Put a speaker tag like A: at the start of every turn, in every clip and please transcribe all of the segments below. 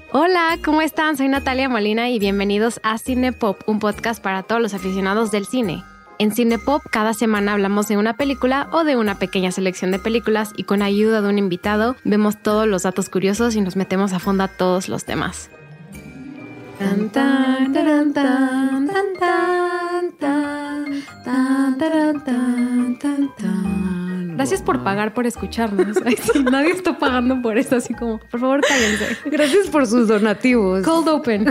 A: Hola, ¿cómo están? Soy Natalia Molina y bienvenidos a Cinepop, un podcast para todos los aficionados del cine. En Cinepop, cada semana hablamos de una película o de una pequeña selección de películas y con ayuda de un invitado vemos todos los datos curiosos y nos metemos a fondo a todos los temas. Tan, tan, taran, tan, tan, tan, tan, tan, taran, tan, tan, tan. Gracias por pagar por escucharnos. Ay, sí, nadie está pagando por esto, así como, por favor, cállense.
B: Gracias por sus donativos.
A: Cold open.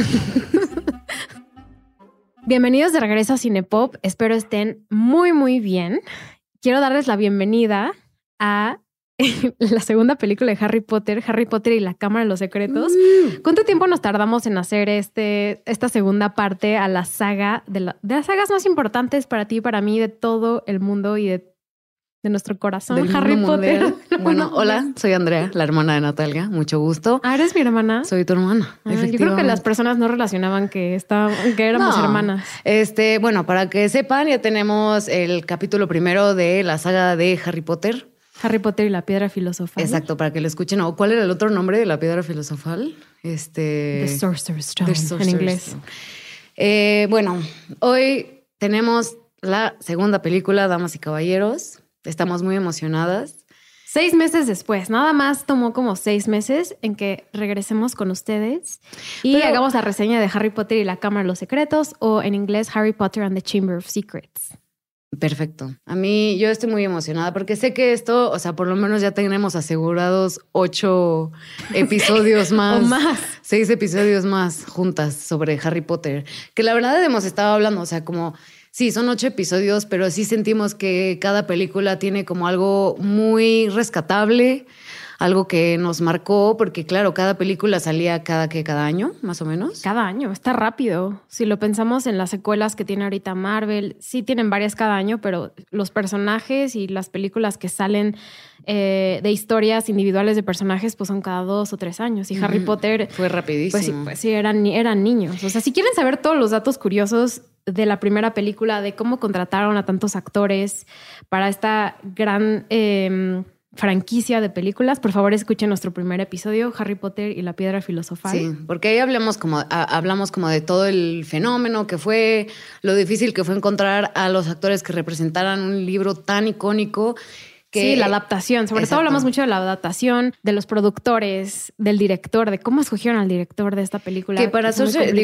A: Bienvenidos de regreso a Cinepop. Espero estén muy bien. Quiero darles la bienvenida a la segunda película de Harry Potter y la Cámara de los Secretos. ¿Cuánto tiempo nos tardamos en hacer esta segunda parte a la saga de las sagas más importantes para ti y para mí de todo el mundo y de nuestro corazón?
B: Del
A: Harry Potter.
B: Bueno, hola, soy Andrea, la hermana de Natalia. Mucho gusto.
A: Ah, ¿eres mi hermana?
B: Soy tu hermana,
A: Yo creo que las personas no relacionaban que éramos hermanas.
B: Bueno, para que sepan, ya tenemos el capítulo primero de la saga de Harry Potter.
A: Harry Potter y la Piedra Filosofal.
B: Exacto, para que lo escuchen. ¿O cuál era el otro nombre de la Piedra Filosofal?
A: The Sorcerer's Stone, en inglés.
B: Bueno, hoy tenemos la segunda película, Damas y Caballeros. Estamos muy emocionadas.
A: 6 meses después, nada más tomó como 6 meses en que regresemos con ustedes y hagamos la reseña de Harry Potter y la Cámara de los Secretos, o en inglés Harry Potter and the Chamber of Secrets.
B: Perfecto. Yo estoy muy emocionada porque sé que esto, o sea, por lo menos ya tenemos asegurados 8 episodios más.
A: O más.
B: 6 episodios más juntas sobre Harry Potter. Que la verdad hemos estado hablando, o sea, como... Sí, son 8 episodios, pero sí sentimos que cada película tiene como algo muy rescatable, algo que nos marcó, porque claro, cada película salía cada año, más o menos.
A: Cada año, está rápido. Si lo pensamos en las secuelas que tiene ahorita Marvel, sí tienen varias cada año, pero los personajes y las películas que salen de historias individuales de personajes, pues son cada 2 o 3 años. Y Harry Potter...
B: Fue rapidísimo.
A: Pues sí, eran niños. O sea, si quieren saber todos los datos curiosos de la primera película, de cómo contrataron a tantos actores para esta gran franquicia de películas, por favor escuchen nuestro primer episodio, Harry Potter y la Piedra Filosofal.
B: Sí, porque ahí hablamos como de todo el fenómeno que fue, lo difícil que fue encontrar a los actores que representaran un libro tan icónico.
A: Sí, la adaptación. Sobre todo hablamos mucho de la adaptación, de los productores, del director, de cómo escogieron al director de esta película.
B: Que para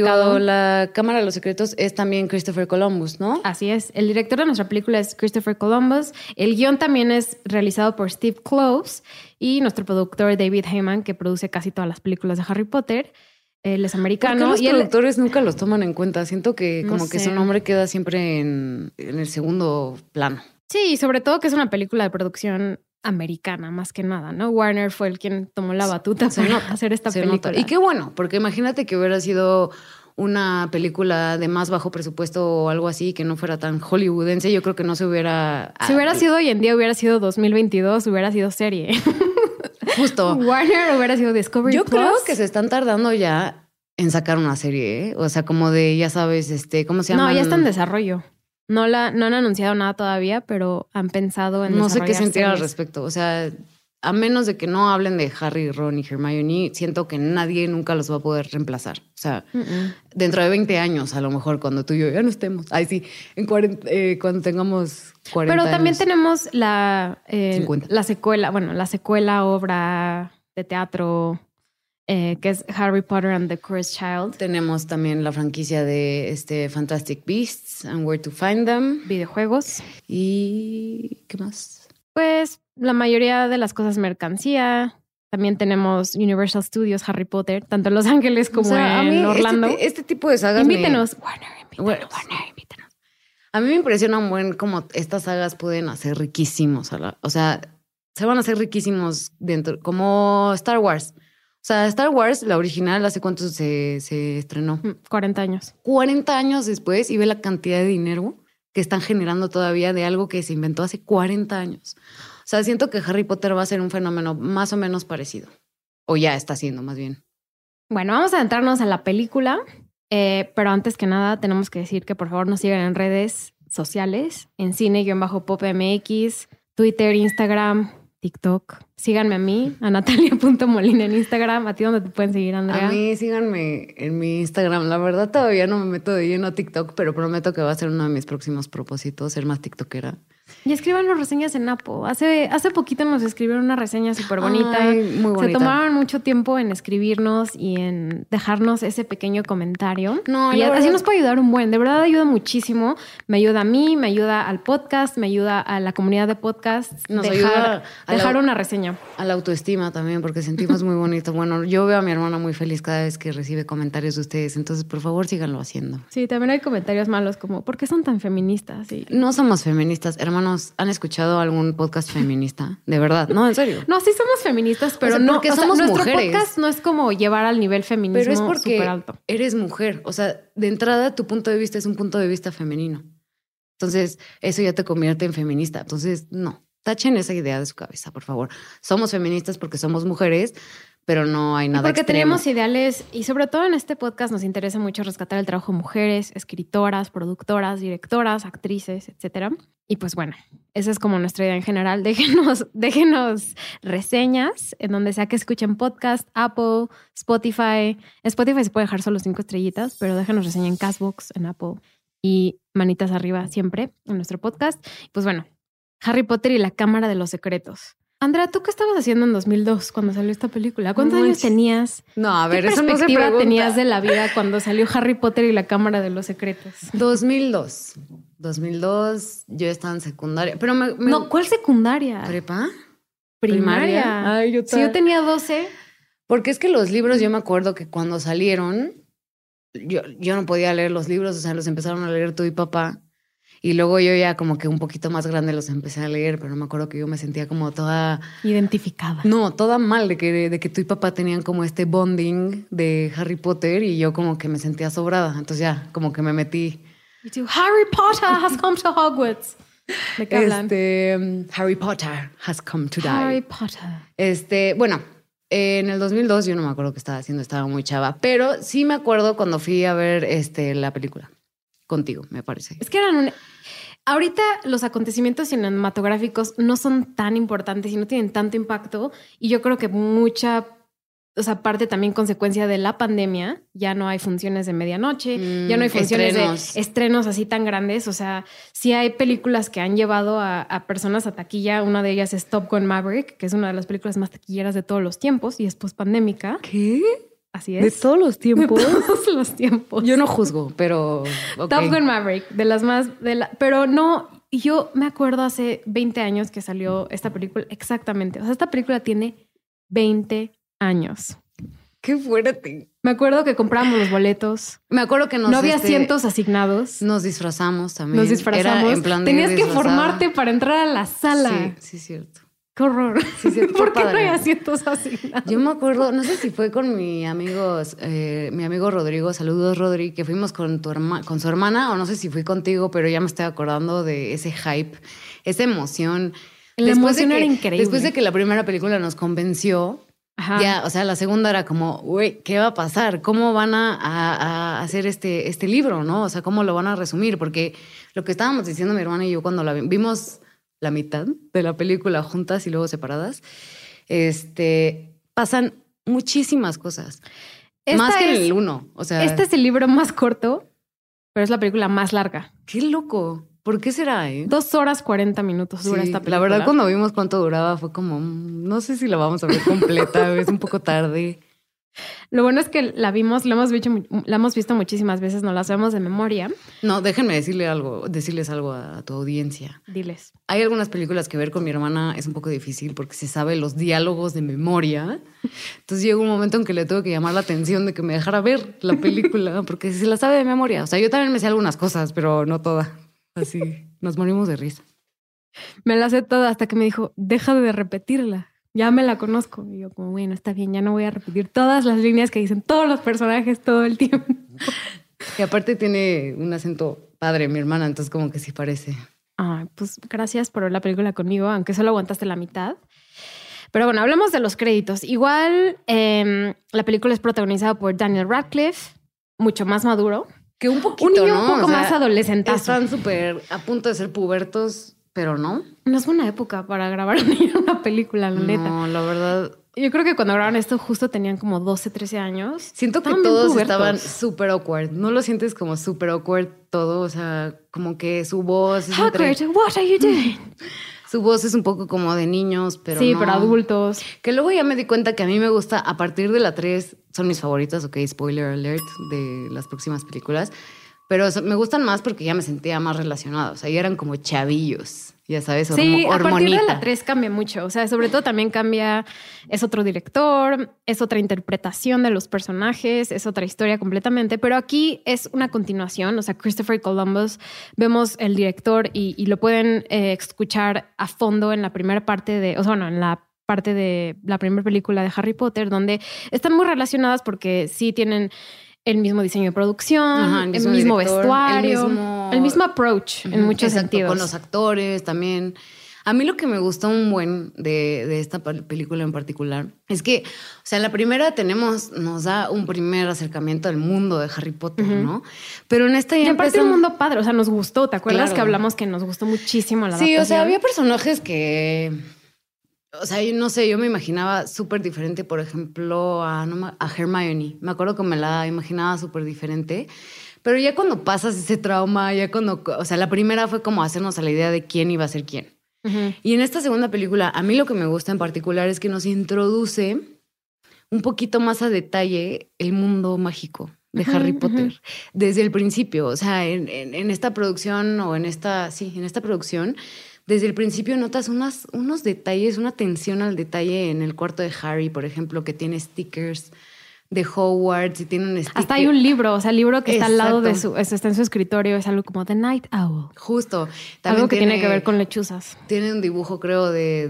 B: la Cámara de los Secretos es también Christopher Columbus, ¿no?
A: Así es. El director de nuestra película es Christopher Columbus. El guión también es realizado por Steve Kloves y nuestro productor David Heyman, que produce casi todas las películas de Harry Potter. Él es americano.
B: ¿Por qué los productores nunca los toman en cuenta? Siento que que su nombre queda siempre en el segundo plano.
A: Sí, sobre todo que es una película de producción americana, más que nada, ¿no? Warner fue el quien tomó la batuta para hacer esta película.
B: Y qué bueno, porque imagínate que hubiera sido una película de más bajo presupuesto o algo así, que no fuera tan hollywoodense, yo creo que no se hubiera...
A: Si hubiera sido hoy en día, hubiera sido 2022, hubiera sido serie.
B: Justo.
A: Warner hubiera sido Discovery
B: Yo
A: Plus.
B: creo que se están tardando ya en sacar una serie, ¿eh? O sea, como de, ya sabes, ¿cómo se llama?
A: No, ya está en desarrollo. No han anunciado nada todavía, pero han pensado en
B: no sé qué
A: sentir
B: sentir al respecto. O sea, a menos de que no hablen de Harry, Ron y Hermione, siento que nadie nunca los va a poder reemplazar. O sea, dentro de 20 años, a lo mejor, cuando tú y yo ya no estemos. Ay, sí, cuando tengamos 40
A: Pero también
B: años.
A: tenemos la secuela, obra de teatro, que es Harry Potter and the Cursed Child.
B: Tenemos también la franquicia de Fantastic Beasts and Where to Find Them.
A: Videojuegos.
B: ¿Y qué más?
A: Pues la mayoría de las cosas mercancía. También tenemos Universal Studios, Harry Potter, tanto en Los Ángeles como en Orlando.
B: Este tipo de sagas
A: Invítenos.
B: Warner, invítenos. A mí me impresiona un buen cómo estas sagas pueden hacer riquísimos. O sea, se van a hacer riquísimos dentro, como Star Wars. O sea, Star Wars, la original, ¿hace cuánto se estrenó?
A: 40 años.
B: 40 años después, y ve la cantidad de dinero que están generando todavía de algo que se inventó hace 40 años. O sea, siento que Harry Potter va a ser un fenómeno más o menos parecido. O ya está siendo, más bien.
A: Bueno, vamos a adentrarnos a la película. Pero antes que nada, tenemos que decir que por favor nos sigan en redes sociales, en cine-popmx, Twitter, Instagram, TikTok. Síganme a mí, a Natalia.molina en Instagram. ¿A ti dónde te pueden seguir, Andrea?
B: A mí síganme en mi Instagram. La verdad todavía no me meto de lleno a TikTok, pero prometo que va a ser uno de mis próximos propósitos, ser más tiktokera.
A: Y escríbanos reseñas en Apple. Hace poquito nos escribieron una reseña súper bonita.
B: Ay, muy bonita.
A: Se tomaron mucho tiempo en escribirnos y en dejarnos ese pequeño comentario.
B: No,
A: y así
B: verdad...
A: nos puede ayudar un buen. De verdad ayuda muchísimo. Me ayuda a mí, me ayuda al podcast, me ayuda a la comunidad de podcasts.
B: Nos ayuda
A: dejar una reseña.
B: A la autoestima también, porque sentimos muy bonito. Bueno, yo veo a mi hermana muy feliz cada vez que recibe comentarios de ustedes. Entonces, por favor, síganlo haciendo.
A: Sí, también hay comentarios malos como, ¿por qué son tan feministas? Y...
B: No somos feministas. Hermanos, ¿han escuchado algún podcast feminista? De verdad, no, en serio.
A: No, sí somos feministas, pero
B: o sea,
A: no,
B: porque somos
A: nuestro
B: mujeres.
A: Podcast no es como llevar al nivel feminismo
B: pero es porque
A: súper alto.
B: Eres mujer. O sea, de entrada, tu punto de vista es un punto de vista femenino. Entonces, eso ya te convierte en feminista. Entonces, no. Tachen esa idea de su cabeza, por favor. Somos feministas porque somos mujeres, pero no hay nada
A: porque
B: extremo.
A: Tenemos ideales y sobre todo en este podcast nos interesa mucho rescatar el trabajo de mujeres, escritoras, productoras, directoras, actrices, etcétera. Y pues bueno, esa es como nuestra idea en general. Déjenos reseñas en donde sea que escuchen podcast, Apple, Spotify. En Spotify se puede dejar solo 5 estrellitas, pero déjenos reseña en Castbox, en Apple y manitas arriba siempre en nuestro podcast. Pues bueno, Harry Potter y la Cámara de los Secretos. Andrea, ¿tú qué estabas haciendo en 2002 cuando salió esta película? ¿Cuántos años tenías?
B: No, a ver,
A: ¿Qué
B: eso no se
A: perspectiva
B: pregunta.
A: tenías de la vida cuando salió Harry Potter y la Cámara de los Secretos?
B: 2002. 2002, yo estaba en secundaria. Pero
A: No, ¿cuál secundaria?
B: ¿Prepa?
A: Primaria.
B: Ay,
A: Si yo tenía 12.
B: Porque es que los libros, yo me acuerdo que cuando salieron, yo no podía leer los libros, o sea, los empezaron a leer tú y papá. Y luego yo ya como que un poquito más grande los empecé a leer, pero me acuerdo que yo me sentía como toda...
A: Identificada.
B: No, toda mal de que tú y papá tenían como este bonding de Harry Potter y yo como que me sentía sobrada. Entonces ya, como que me metí...
A: Y tú, Harry Potter has come to Hogwarts. ¿De qué hablan?
B: Harry Potter has come to die.
A: Harry Potter.
B: Bueno, en el 2002 yo no me acuerdo qué estaba haciendo, estaba muy chava, pero sí me acuerdo cuando fui a ver la película. Contigo, me parece.
A: Es que ahorita los acontecimientos cinematográficos no son tan importantes y no tienen tanto impacto. Y yo creo que mucha, parte también consecuencia de la pandemia. Ya no hay funciones de medianoche, ya no hay funciones de estrenos así tan grandes. O sea, sí hay películas que han llevado a personas a taquilla. Una de ellas es Top Gun Maverick, que es una de las películas más taquilleras de todos los tiempos y es post-pandémica.
B: ¿Qué?
A: Así es.
B: ¿De todos los tiempos?
A: De todos los tiempos.
B: Yo no juzgo, pero...
A: Okay. Top Gun Maverick, de las más... pero no, yo me acuerdo hace 20 años que salió esta película, exactamente. O sea, esta película tiene 20 años.
B: ¡Qué fuerte!
A: Me acuerdo que compramos los boletos.
B: Me acuerdo que
A: no había asientos asignados.
B: Nos disfrazamos también.
A: Nos disfrazamos.
B: Era en plan de
A: tenías que
B: disfrazada.
A: formarte para entrar a la sala.
B: Sí, cierto.
A: ¡Qué horror!
B: Sí,
A: ¿Por qué no hay asientos asignados?
B: Yo me acuerdo, no sé si fue con mi amigo Rodrigo, saludos Rodri, que fuimos con su hermana, o no sé si fui contigo, pero ya me estoy acordando de ese hype, esa emoción.
A: La emoción era increíble.
B: Después de que la primera película nos convenció, ajá, ya, o sea, la segunda era como, güey, ¿qué va a pasar? ¿Cómo van a hacer este libro, no? O sea, ¿cómo lo van a resumir? Porque lo que estábamos diciendo mi hermana y yo cuando la vimos la mitad de la película juntas y luego separadas, pasan muchísimas cosas. Más que en el 1. O sea,
A: este es el libro más corto, pero es la película más larga.
B: ¡Qué loco! ¿Por qué será,
A: 2 horas 40 minutos dura esta película.
B: La verdad, cuando vimos cuánto duraba, fue como, no sé si la vamos a ver completa, es un poco tarde.
A: Lo bueno es que la hemos visto muchísimas veces, no la sabemos de memoria.
B: No, déjenme decirles algo a tu audiencia.
A: Diles.
B: Hay algunas películas que ver con mi hermana es un poco difícil porque se sabe los diálogos de memoria. Entonces llegó un momento en que le tuve que llamar la atención de que me dejara ver la película porque se la sabe de memoria. O sea, yo también me sé algunas cosas, pero no todas. Así, nos morimos de risa.
A: Me la sé toda hasta que me dijo, deja de repetirla. Ya me la conozco. Y yo como, bueno, está bien, ya no voy a repetir todas las líneas que dicen todos los personajes todo el tiempo.
B: Y aparte tiene un acento padre, mi hermana, entonces como que sí parece.
A: Ay, pues gracias por ver la película conmigo, aunque solo aguantaste la mitad. Pero bueno, hablemos de los créditos. Igual, la película es protagonizada por Daniel Radcliffe, mucho más maduro.
B: Que un poquito,
A: un niño
B: ¿no?
A: un poco más adolescentazo.
B: Están súper a punto de ser pubertos. pero no.
A: No es buena época para grabar una película, la neta.
B: No, la verdad.
A: Yo creo que cuando grabaron esto justo tenían como 12, 13 años.
B: Siento que todos estaban súper awkward. ¿No lo sientes como súper awkward todo? O sea, como que su voz es
A: awkward, what are you doing?
B: Su voz es un poco como de niños, pero
A: sí,
B: no.
A: pero adultos.
B: Que luego ya me di cuenta que a mí me gusta, a partir de la 3, son mis favoritas, ok, spoiler alert, de las próximas películas. Pero me gustan más porque ya me sentía más relacionada. O sea, ya eran como chavillos, ya sabes,
A: sí,
B: hormonita.
A: A partir de la 3 cambia mucho. O sea, sobre todo también cambia, es otro director, es otra interpretación de los personajes, es otra historia completamente. Pero aquí es una continuación. O sea, Christopher Columbus, vemos el director y lo pueden escuchar a fondo en la primera parte de, o sea, bueno, en la parte de la primera película de Harry Potter, donde están muy relacionadas porque sí tienen el mismo diseño de producción,
B: ajá,
A: el mismo
B: director,
A: vestuario, el mismo approach en muchos sentidos.
B: Con los actores también. A mí lo que me gustó un buen de esta película en particular es que, o sea, en la primera nos da un primer acercamiento al mundo de Harry Potter, ¿no? Pero en esta ya
A: y aparte un mundo padre, o sea, nos gustó. ¿Te acuerdas que hablamos que nos gustó muchísimo la adaptación?
B: Sí, o sea, había personajes que... O sea, yo no sé, yo me imaginaba súper diferente, por ejemplo, a Hermione. Me acuerdo que me la imaginaba súper diferente. Pero ya cuando pasas ese trauma, ya cuando... O sea, la primera fue como hacernos a la idea de quién iba a ser quién. Y en esta segunda película, a mí lo que me gusta en particular es que nos introduce un poquito más a detalle el mundo mágico de Harry Potter. Desde el principio, o sea, en esta producción o en esta producción... Desde el principio notas unos detalles, una atención al detalle en el cuarto de Harry, por ejemplo, que tiene stickers de Hogwarts y tiene un sticker.
A: Hasta hay un libro, o sea, el libro que está al lado de está en su escritorio, es algo como The Night Owl.
B: Justo.
A: También algo que tiene que ver con lechuzas.
B: Tiene un dibujo, creo,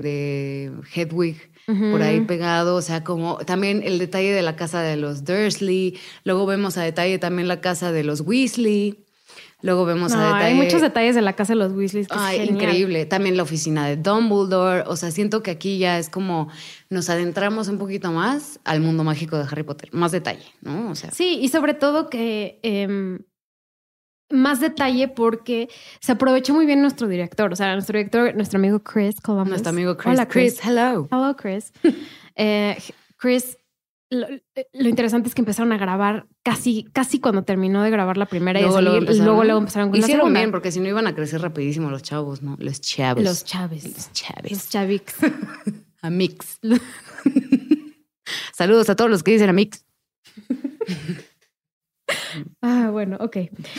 B: de Hedwig por ahí pegado, o sea, como también el detalle de la casa de los Dursley, luego vemos a detalle también la casa de los Weasley. Luego vemos a detalle...
A: Hay muchos detalles de la casa de los Weasleys que es genial.
B: Increíble. También la oficina de Dumbledore. O sea, siento que aquí ya es como nos adentramos un poquito más al mundo mágico de Harry Potter. Más detalle, ¿no? O sea...
A: Sí, y sobre todo que más detalle porque se aprovechó muy bien nuestro director. O sea, nuestro director, nuestro amigo Chris Columbus.
B: Nuestro amigo Chris.
A: Hola, Chris.
B: Hello.
A: Hello, Chris. Chris... Lo interesante es que empezaron a grabar casi cuando terminó de grabar la primera
B: luego,
A: y luego empezaron con la segunda.
B: Hicieron bien, porque si no iban a crecer rapidísimo los chavos, ¿no? Los chavos.
A: Los chavics.
B: Amix. Saludos a todos los que dicen Amix.
A: Bueno, ok.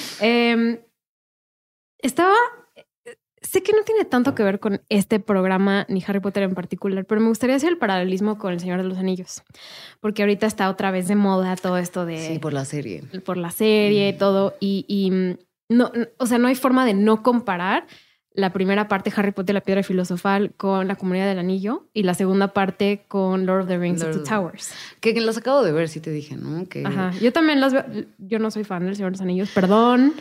A: Sé que no tiene tanto que ver con este programa ni Harry Potter en particular, pero me gustaría hacer el paralelismo con El Señor de los Anillos, porque ahorita está otra vez de moda todo esto de...
B: Sí, por la serie.
A: Por la serie y todo, y no, o sea, no hay forma de no comparar la primera parte, Harry Potter, la Piedra Filosofal, con La Comunidad del Anillo, y la segunda parte con Lord of the Rings and the Towers.
B: Que las acabo de ver, sí te dije, ¿no? Que...
A: Ajá, yo también las veo. Yo no soy fan del Señor de los Anillos, perdón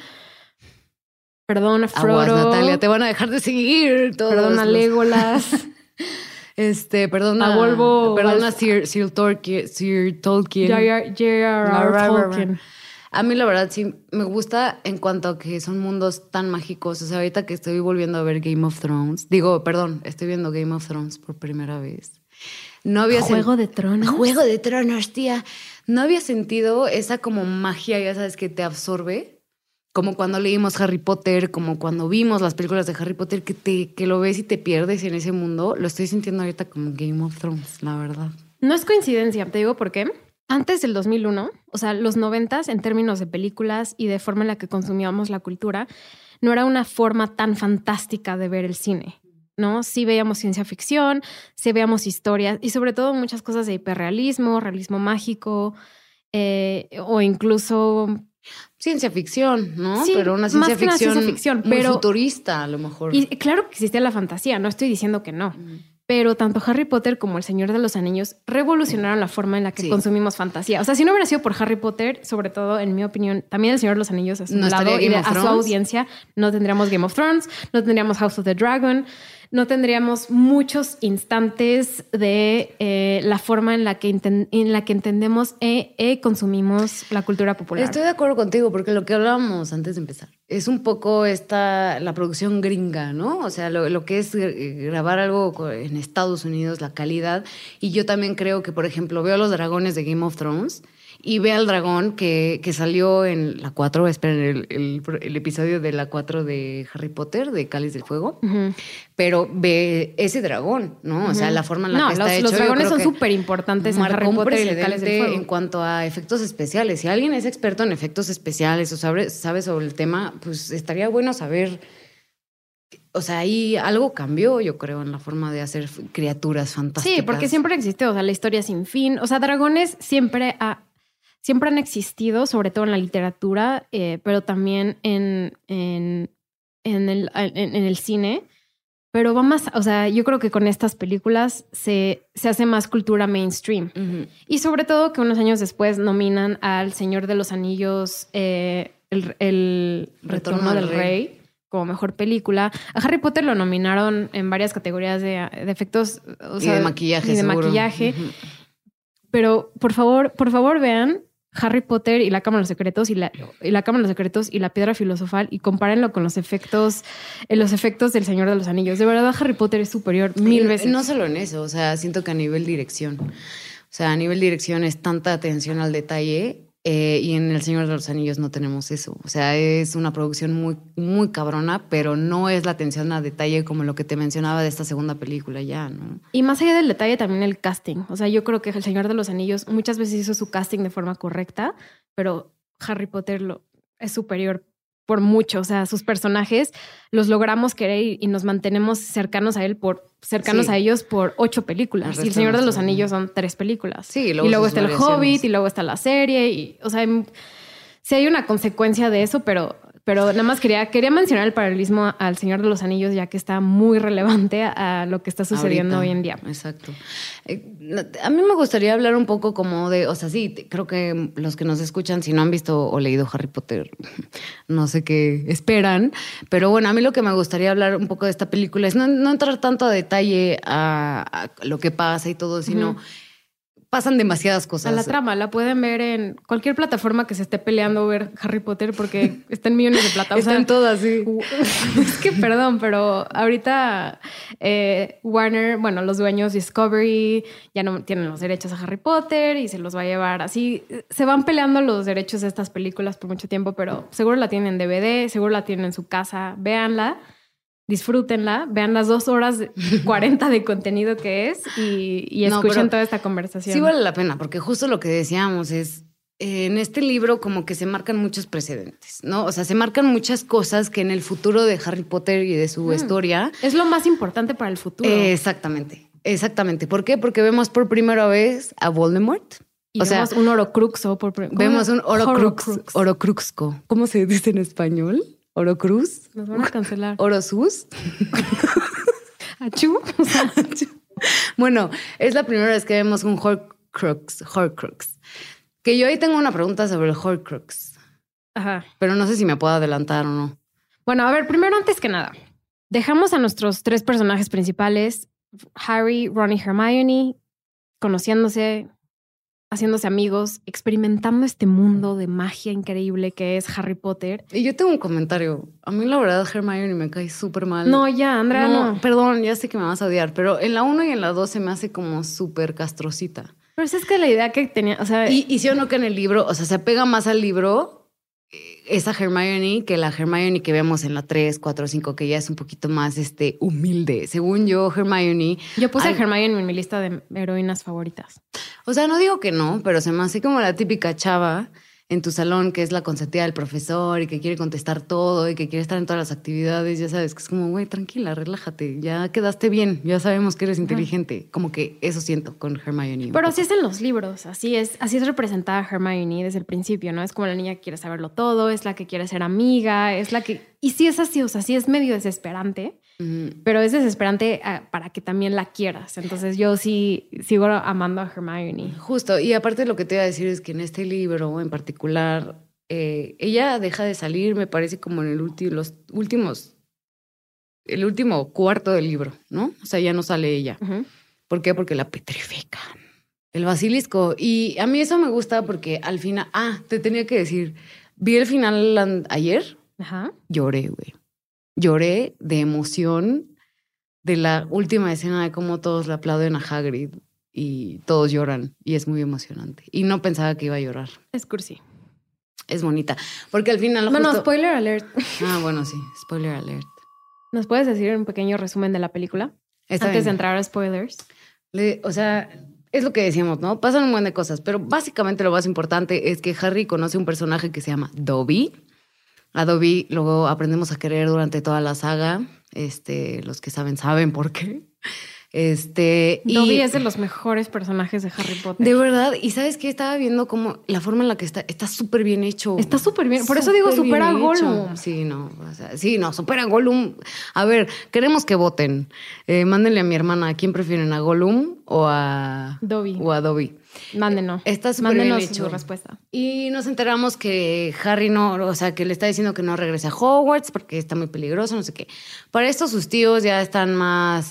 A: a Frodo.
B: Aguas, Natalia, te van a dejar de seguir todos.
A: Perdón a Legolas.
B: Perdón a
A: Volvo.
B: Perdón a Sir Tolkien.
A: J.R.R. Tolkien.
B: A mí la verdad sí me gusta en cuanto a que son mundos tan mágicos. O sea, ahorita que estoy volviendo a ver Game of Thrones. Estoy viendo Game of Thrones por primera vez. No había
A: Juego de Tronos.
B: Juego de Tronos, tía. No había sentido esa como magia, ya sabes, que te absorbe. Como cuando leímos Harry Potter, como cuando vimos las películas de Harry Potter, que lo ves y te pierdes en ese mundo. Lo estoy sintiendo ahorita como Game of Thrones, la verdad.
A: No es coincidencia, te digo por qué. Antes del 2001, o sea, los 90s en términos de películas y de forma en la que consumíamos la cultura, no era una forma tan fantástica de ver el cine, ¿no? Sí veíamos ciencia ficción, sí veíamos historias y sobre todo muchas cosas de hiperrealismo, realismo mágico o incluso...
B: Ciencia ficción, ¿no?
A: Sí,
B: pero una ciencia ficción muy
A: pero,
B: futurista, a lo mejor.
A: Y claro que existía la fantasía, no estoy diciendo que no. Pero tanto Harry Potter como El Señor de los Anillos revolucionaron la forma en la que consumimos fantasía. O sea, si no hubiera sido por Harry Potter, sobre todo, en mi opinión, también El Señor de los Anillos a su lado y a su audiencia, no tendríamos Game of Thrones, no tendríamos House of the Dragon, no tendríamos muchos instantes de la forma en la que consumimos la cultura popular.
B: Estoy de acuerdo contigo, porque lo que hablábamos antes de empezar es un poco la producción gringa, ¿no? O sea, lo que es grabar algo en Estados Unidos, la calidad. Y yo también creo que, por ejemplo, veo los dragones de Game of Thrones y ve al dragón que salió en la 4, esperen, el episodio de la 4 de Harry Potter, de Cáliz del Fuego, pero ve ese dragón, ¿no? O sea, la forma en la que está hecho.
A: Los dragones son súper importantes en Harry Potter y el Cáliz del Fuego.
B: En cuanto a efectos especiales. Si alguien es experto en efectos especiales o sabe sobre el tema, pues estaría bueno saber. O sea, ahí algo cambió, yo creo, en la forma de hacer criaturas fantásticas.
A: Sí, porque siempre existió, o sea, la historia sin fin. O sea, dragones siempre han existido, sobre todo en la literatura, pero también en el cine. Pero va más, o sea, yo creo que con estas películas se hace más cultura mainstream. Uh-huh. Y sobre todo que unos años después nominan al Señor de los Anillos, el Retorno del Rey, como mejor película. A Harry Potter lo nominaron en varias categorías de efectos, o sea,
B: y de maquillaje.
A: Y de maquillaje. Uh-huh. Pero por favor vean Harry Potter y la Cámara de los Secretos y la Cámara de los Secretos y la Piedra Filosofal y compárenlo con los efectos del Señor de los Anillos. De verdad, Harry Potter es superior 1000 veces.
B: No solo en eso, o sea, siento que a nivel dirección. O sea, a nivel dirección es tanta atención al detalle y en El Señor de los Anillos no tenemos eso. O sea, es una producción muy, muy cabrona, pero no es la atención a detalle como lo que te mencionaba de esta segunda película ya, ¿no?
A: Y más allá del detalle también el casting. O sea, yo creo que El Señor de los Anillos muchas veces hizo su casting de forma correcta, pero Harry Potter es superior por mucho. O sea, sus personajes los logramos querer y nos mantenemos cercanos a ellos por 8 películas. Y El Señor de los Anillos son 3 películas.
B: Sí,
A: y luego está El Hobbit y luego está la serie. Y, o sea, sí hay una consecuencia de eso, pero nada más quería mencionar el paralelismo al Señor de los Anillos, ya que está muy relevante a lo que está sucediendo hoy en día.
B: Exacto. A mí me gustaría hablar un poco como de, o sea, sí, creo que los que nos escuchan, si no han visto o leído Harry Potter, no sé qué esperan, pero bueno, a mí lo que me gustaría hablar un poco de esta película es no entrar tanto a detalle a lo que pasa y todo, sino... Pasan demasiadas cosas.
A: A la trama, la pueden ver en cualquier plataforma que se esté peleando ver Harry Potter porque está en millones de plataformas.
B: Están todas, sí.
A: Es que perdón, pero ahorita Warner, bueno, los dueños Discovery ya no tienen los derechos a Harry Potter y se los va a llevar así. Se van peleando los derechos de estas películas por mucho tiempo, pero seguro la tienen en DVD, seguro la tienen en su casa. Véanla. Disfrútenla, vean las 2 horas 40 de contenido que es y escuchen toda esta conversación.
B: Sí vale la pena, porque justo lo que decíamos es, en este libro como que se marcan muchos precedentes, ¿no? O sea, se marcan muchas cosas que en el futuro de Harry Potter y de su historia...
A: Es lo más importante para el futuro.
B: Exactamente. ¿Por qué? Porque vemos por primera vez a Voldemort.
A: Y vemos un Horcruxo.
B: Vemos un Horcruxco. ¿Cómo se dice en español? ¿Orocruz?
A: Nos van a cancelar.
B: ¿Orosus?
A: ¿Achú?
B: Bueno, es la primera vez que vemos un Horcrux. Que yo ahí tengo una pregunta sobre el Horcrux.
A: Ajá.
B: Pero no sé si me puedo adelantar o no.
A: Bueno, a ver, primero, antes que nada, dejamos a nuestros 3 personajes principales, Harry, Ron y Hermione, conociéndose, haciéndose amigos, experimentando este mundo de magia increíble que es Harry Potter.
B: Y yo tengo un comentario. A mí la verdad Hermione me cae súper mal.
A: No, ya, Andrea, no.
B: Perdón, ya sé que me vas a odiar, pero en la 1 y en la 2 se me hace como súper castrocita.
A: Pero es que la idea que tenía, o sea...
B: Y sí o no que en el libro, o sea, se apega más al libro esa Hermione que la Hermione que vemos en la 3, 4, 5, que ya es un poquito más humilde. Según yo, Hermione...
A: Yo puse a Hermione en mi lista de heroínas favoritas.
B: O sea, no digo que no, pero se me hace como la típica chava en tu salón que es la consentida del profesor y que quiere contestar todo y que quiere estar en todas las actividades. Ya sabes, que es como, güey, tranquila, relájate. Ya quedaste bien, ya sabemos que eres inteligente. Como que eso siento con Hermione.
A: Pero así es en los libros, así es representada Hermione desde el principio, ¿no? Es como la niña que quiere saberlo todo, es la que quiere ser amiga, es la que... Y sí es así, o sea, sí es medio desesperante, pero es desesperante para que también la quieras. Entonces yo sí sigo amando a Hermione.
B: Justo, y aparte lo que te iba a decir es que en este libro en particular, ella deja de salir, me parece, como en el último cuarto del libro, ¿no? O sea, ya no sale ella. Uh-huh. ¿Por qué? Porque la petrifican. El basilisco. Y a mí eso me gusta porque al final... te tenía que decir, vi el final ayer...
A: Ajá.
B: Lloré, güey. Lloré de emoción de la última escena de cómo todos le aplauden a Hagrid y todos lloran y es muy emocionante. Y no pensaba que iba a llorar.
A: Es cursi.
B: Es bonita. Porque al final...
A: No, spoiler alert.
B: Ah, bueno, sí. Spoiler alert.
A: ¿Nos puedes decir un pequeño resumen de la película?
B: Está
A: antes
B: bien.
A: de entrar a spoilers.
B: O sea, es lo que decíamos, ¿no? Pasan un montón de cosas, pero básicamente lo más importante es que Harry conoce un personaje que se llama Dobby. A Dobby luego aprendemos a querer durante toda la saga. Los que saben por qué.
A: Dobby es de los mejores personajes de Harry Potter.
B: De verdad. Y ¿sabes qué? Estaba viendo como la forma en la que está súper bien hecho.
A: Está súper bien. Por eso digo, supera a Gollum.
B: Sí, no. O sea, supera a Gollum. A ver, queremos que voten. Mándenle a mi hermana a quién prefieren, a Gollum o a
A: Dobby.
B: Mándenos. Está súper bien hecho.
A: Su respuesta.
B: Y nos enteramos que Harry que le está diciendo que no regrese a Hogwarts porque está muy peligroso, no sé qué. Para esto sus tíos ya están más,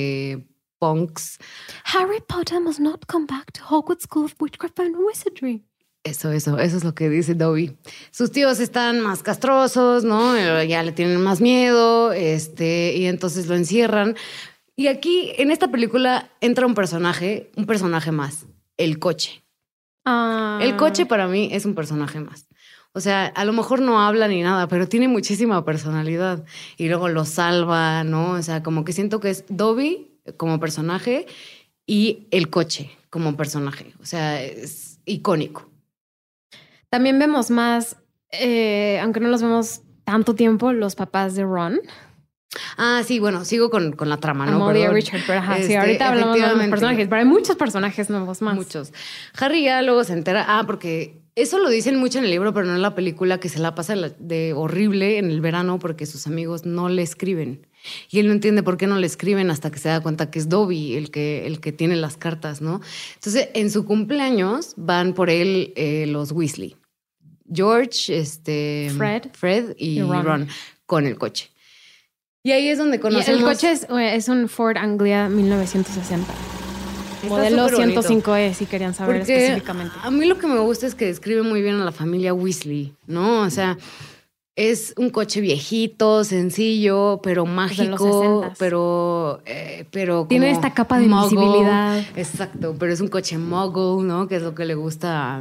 B: punks.
A: Harry Potter must not come back to Hogwarts School of Witchcraft and Wizardry.
B: Eso es lo que dice Dobby. Sus tíos están más castrosos, ¿no? Ya le tienen más miedo, y entonces lo encierran. Y aquí, en esta película, entra un personaje más, el coche. El coche para mí es un personaje más. O sea, a lo mejor no habla ni nada, pero tiene muchísima personalidad. Y luego lo salva, ¿no? O sea, como que siento que es Dobby como personaje y el coche como personaje. O sea, es icónico.
A: También vemos más, aunque no los vemos tanto tiempo, los papás de Ron.
B: Ah, sí, bueno, sigo con la trama, ¿no?
A: Molly y Richard, pero sí, ahorita hablamos de los personajes, pero hay muchos personajes nuevos más.
B: Muchos. Harry ya luego se entera, porque eso lo dicen mucho en el libro, pero no en la película, que se la pasa de horrible en el verano porque sus amigos no le escriben. Y él no entiende por qué no le escriben hasta que se da cuenta que es Dobby el que tiene las cartas, ¿no? Entonces, en su cumpleaños van por él los Weasley. George, Fred y Ron con el coche. Y ahí es donde conocemos...
A: Y el coche es un Ford Anglia 1960. Modelo 105E, si querían saber específicamente.
B: A mí lo que me gusta es que describe muy bien a la familia Weasley, ¿no? O sea, es un coche viejito, sencillo, pero mágico, pero
A: tiene esta capa de invisibilidad.
B: Exacto, pero es un coche muggle, ¿no? Que es lo que le gusta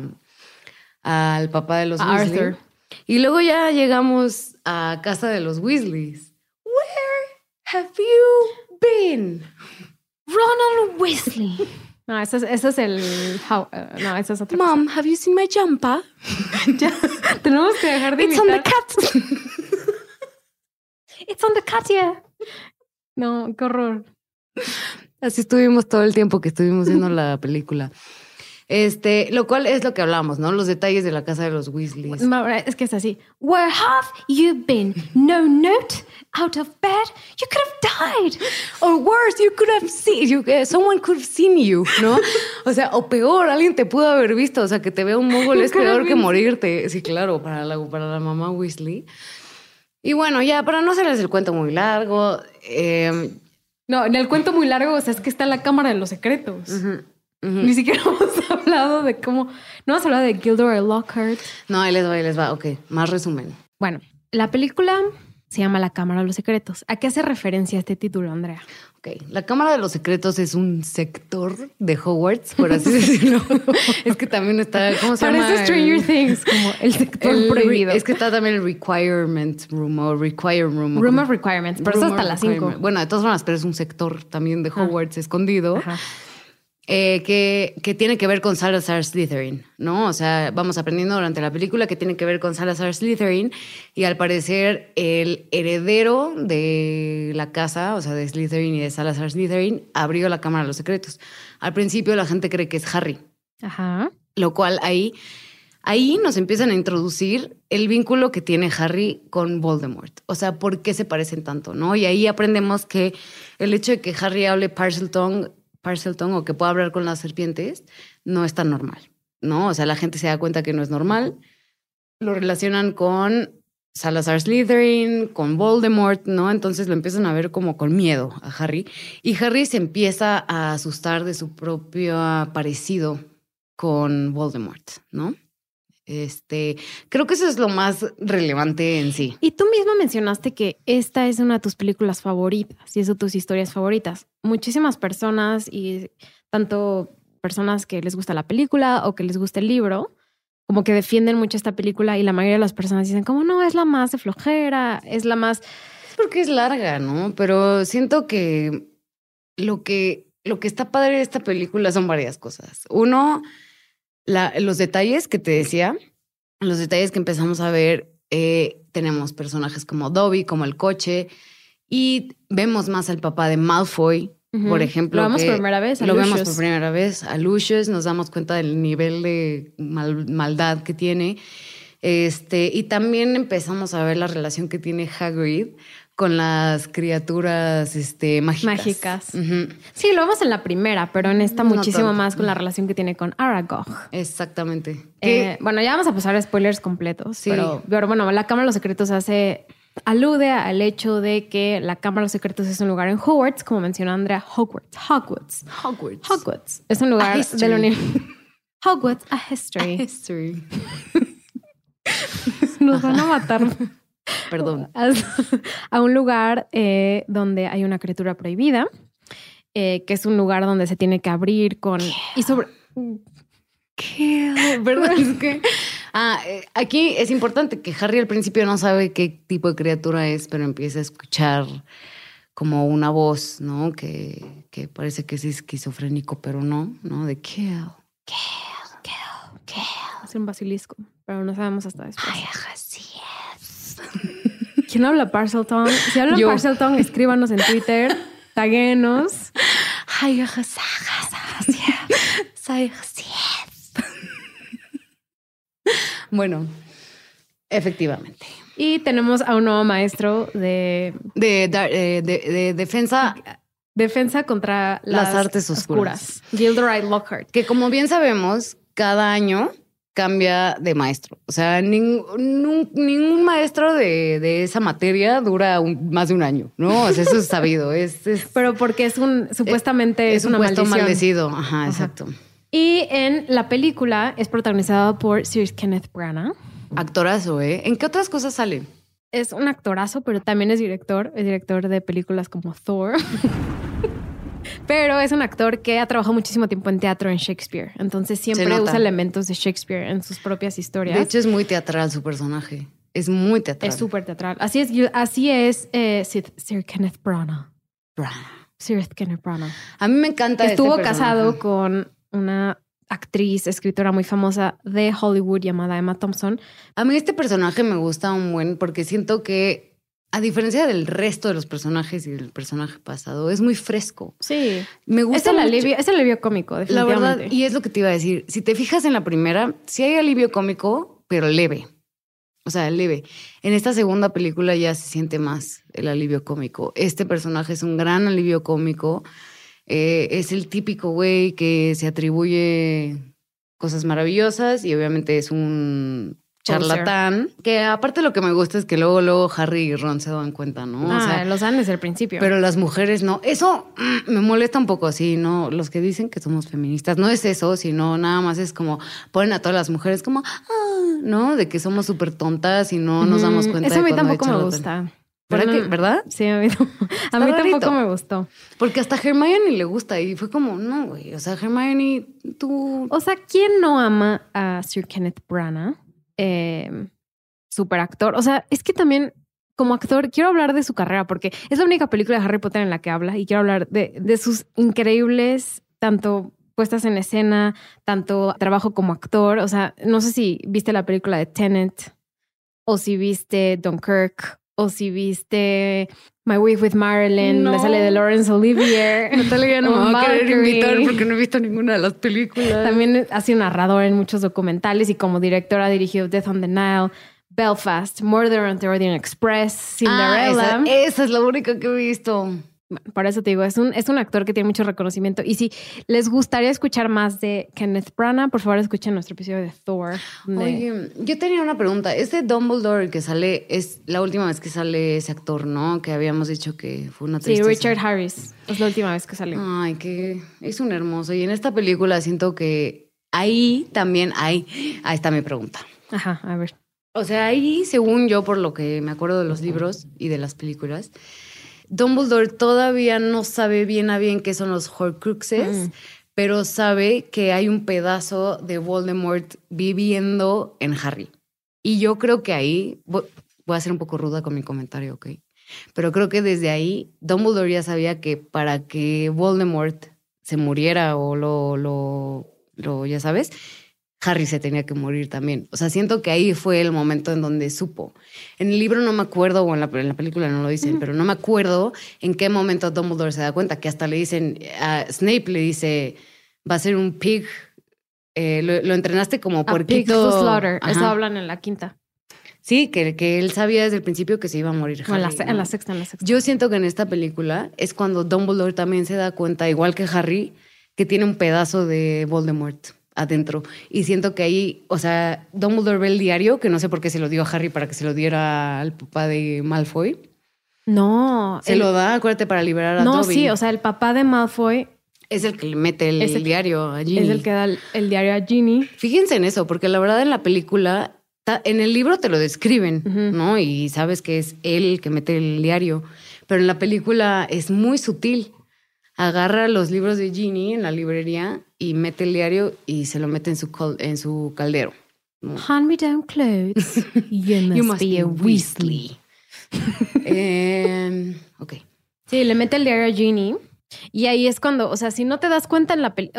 B: al papá de los Weasley. Arthur. Y luego ya llegamos a casa de los Weasleys. Have you been?
A: Ronald Weasley. No, eso es el... no, eso es otra cosa.
B: Mom, have you seen my jumper?
A: Ya, tenemos que dejar de
B: It's on the cat.
A: It's on the cat, yeah. No, qué horror.
B: Así estuvimos todo el tiempo que estuvimos viendo la película. Lo cual es lo que hablamos, ¿no? Los detalles de la casa de los Weasleys.
A: Es que es así. Where have you been? No note? Out of bed? You could have died.
B: Or worse, you could have seen... someone could have seen you, ¿no? O sea, o peor, alguien te pudo haber visto. O sea, que te vea un mogol es peor que morirte. Sí, claro, para la mamá Weasley. Y bueno, ya, para no hacerles el cuento muy largo...
A: No, en el cuento muy largo, o sea, es que está la Cámara de los Secretos. Ni siquiera hemos hablado de cómo... No hemos hablado de Gilderoy Lockhart.
B: No, ahí les va. Ok, más resumen.
A: Bueno, la película se llama La Cámara de los Secretos. ¿A qué hace referencia este título, Andrea?
B: Ok, la Cámara de los Secretos es un sector de Hogwarts, por así decirlo. Es que también está... ¿Cómo se llama?
A: Parece Stranger Things, como el sector prohibido.
B: Es que está también el Requirement Room o Require Room.
A: Room of Requirements, pero eso hasta las 5.
B: Bueno, de todas formas, pero es un sector también de Hogwarts escondido. Ajá. Que tiene que ver con Salazar Slytherin, ¿no? O sea, vamos aprendiendo durante la película que tiene que ver con Salazar Slytherin y al parecer el heredero de la casa, o sea, de Slytherin y de Salazar Slytherin, abrió la Cámara de los Secretos. Al principio la gente cree que es Harry.
A: Ajá.
B: Lo cual ahí nos empiezan a introducir el vínculo que tiene Harry con Voldemort. O sea, ¿por qué se parecen tanto, no? Y ahí aprendemos que el hecho de que Harry hable Parseltongue o que pueda hablar con las serpientes, no es tan normal, ¿no? O sea, la gente se da cuenta que no es normal. Lo relacionan con Salazar Slytherin, con Voldemort, ¿no? Entonces lo empiezan a ver como con miedo a Harry. Y Harry se empieza a asustar de su propio parecido con Voldemort, ¿no? Creo que eso es lo más relevante en sí.
A: Y tú misma mencionaste que esta es una de tus películas favoritas y es de tus historias favoritas. Muchísimas personas, y tanto personas que les gusta la película o que les gusta el libro, como que defienden mucho esta película, y la mayoría de las personas dicen como no, es la más de flojera, es la más...
B: Es porque es larga, ¿no? Pero siento que lo que está padre de esta película son varias cosas. Uno, los detalles que te decía, los detalles que empezamos a ver, tenemos personajes como Dobby, como el coche, y vemos más al papá de Malfoy, por ejemplo.
A: Lo vemos por primera vez, a Lucius.
B: Vemos por primera vez a Lucius, nos damos cuenta del nivel de maldad que tiene. Y también empezamos a ver la relación que tiene Hagrid con las criaturas mágicas.
A: Sí, lo vemos en la primera, pero en esta muchísimo más con la relación que tiene con Aragog.
B: Exactamente.
A: Bueno, ya vamos a pasar a spoilers completos, sí. Pero bueno, la Cámara de los Secretos alude al hecho de que la Cámara de los Secretos es un lugar en Hogwarts, como mencionó Andrea, Hogwarts. Es un lugar de la Unión. Hogwarts, a history. Nos van a matar.
B: Perdón.
A: A un lugar donde hay una criatura prohibida, que es un lugar donde se tiene que abrir con... Y sobre...
B: ¿Qué? ¿Verdad? Es que... aquí es importante que Harry al principio no sabe qué tipo de criatura es, pero empieza a escuchar como una voz, ¿no? Que parece que es esquizofrénico, pero no, De kill.
A: Es un basilisco, pero no sabemos hasta después.
B: Ay, así es.
A: ¿Quién habla Parseltongue? Si hablan Parseltongue, escríbanos en Twitter, taguenos.
B: Ay, así es. Bueno, efectivamente.
A: Y tenemos a un nuevo maestro de
B: defensa.
A: Defensa contra las
B: artes oscuras.
A: Gilderoy Lockhart.
B: Que como bien sabemos, cada año cambia de maestro. O sea, ningún maestro de esa materia dura más de un año, ¿no? O sea, eso es sabido.
A: Pero porque supuestamente es una maldición.
B: Maldecido. Ajá, exacto.
A: Y en la película es protagonizado por Sir Kenneth Branagh.
B: Actorazo, ¿eh? ¿En qué otras cosas sale?
A: Es un actorazo, pero también es director. Es director de películas como Thor. Pero es un actor que ha trabajado muchísimo tiempo en teatro, en Shakespeare. Entonces siempre usa elementos de Shakespeare en sus propias historias.
B: De hecho, es muy teatral su personaje. Es muy teatral.
A: Es súper teatral. Así es Sir Kenneth Branagh. Sir Kenneth Branagh.
B: A mí me encanta
A: Estuvo casado con una actriz, escritora muy famosa de Hollywood llamada Emma Thompson.
B: A mí este personaje me gusta un buen porque siento que, a diferencia del resto de los personajes y del personaje pasado, es muy fresco.
A: Sí.
B: Me gusta
A: es el alivio cómico, definitivamente.
B: La verdad, y es lo que te iba a decir. Si te fijas en la primera, sí hay alivio cómico, pero leve. O sea, leve. En esta segunda película ya se siente más el alivio cómico. Este personaje es un gran alivio cómico. Es el típico güey que se atribuye cosas maravillosas y obviamente es un charlatán. Que aparte lo que me gusta es que luego Harry y Ron se dan cuenta, ¿no?
A: O sea, los dan desde el principio.
B: Pero las mujeres no. Eso me molesta un poco, así, ¿no? Los que dicen que somos feministas, no es eso, sino nada más es como ponen a todas las mujeres como, ¿no? De que somos súper tontas y no nos damos cuenta.
A: Eso a mí tampoco me gusta.
B: ¿Verdad?
A: Sí, a mí tampoco me gustó.
B: Porque hasta a Hermione le gusta y fue como, no, güey, o sea, Hermione, tú...
A: O sea, ¿quién no ama a Sir Kenneth Branagh? Super actor. O sea, es que también como actor quiero hablar de su carrera porque es la única película de Harry Potter en la que habla y quiero hablar de sus increíbles, tanto puestas en escena, tanto trabajo como actor. O sea, no sé si viste la película de Tenet o si viste Dunkirk o si viste My Wife with Marilyn,
B: no.
A: Le sale de Laurence Olivier.
B: Natalia no me va a querer invitar porque no he visto ninguna de las películas.
A: También ha sido narrador en muchos documentales y como director ha dirigido Death on the Nile, Belfast, Murder on the Orient Express, Cinderella.
B: Esa es la única que he visto.
A: Por eso te digo, es un actor que tiene mucho reconocimiento. Y si les gustaría escuchar más de Kenneth Branagh, por favor escuchen nuestro episodio de Thor.
B: Oye, yo tenía una pregunta. Este Dumbledore que sale, es la última vez que sale ese actor, ¿no? Que habíamos dicho que fue una tristeza.
A: Sí, Richard Harris. Es la última vez que sale.
B: Ay, que es un hermoso. Y en esta película siento que ahí también ahí está mi pregunta.
A: Ajá, a ver.
B: O sea, ahí, según yo, por lo que me acuerdo de los libros y de las películas, Dumbledore todavía no sabe bien a bien qué son los Horcruxes, pero sabe que hay un pedazo de Voldemort viviendo en Harry. Y yo creo que ahí, voy a ser un poco ruda con mi comentario, ¿ok? Pero creo que desde ahí Dumbledore ya sabía que para que Voldemort se muriera o ya sabes, Harry se tenía que morir también. O sea, siento que ahí fue el momento en donde supo. En el libro no me acuerdo, o en la película no lo dicen, pero no me acuerdo en qué momento Dumbledore se da cuenta, que hasta le dicen, a Snape le dice, va a ser un pig, lo entrenaste como puerquito.
A: Pig to slaughter, eso hablan en la quinta.
B: Sí, que él sabía desde el principio que se iba a morir Harry.
A: En la sexta.
B: Yo siento que en esta película es cuando Dumbledore también se da cuenta, igual que Harry, que tiene un pedazo de Voldemort adentro. Y siento que ahí, o sea, Dumbledore ve el diario, que no sé por qué se lo dio a Harry para que se lo diera al papá de Malfoy.
A: No.
B: Se lo da, acuérdate, para liberar a Dobby.
A: No, sí, o sea, el papá de Malfoy
B: es el que le mete el diario a Ginny.
A: Es el que da el diario a Ginny.
B: Fíjense en eso, porque la verdad en la película, en el libro te lo describen, ¿no? Y sabes que es él el que mete el diario. Pero en la película es muy sutil. Agarra los libros de Ginny en la librería y mete el diario y se lo mete en su caldero. ¿No?
A: Hand-me-down clothes. You must be a Weasley.
B: Ok.
A: Sí, le mete el diario a Ginny. Y ahí es cuando, o sea, si no te das cuenta en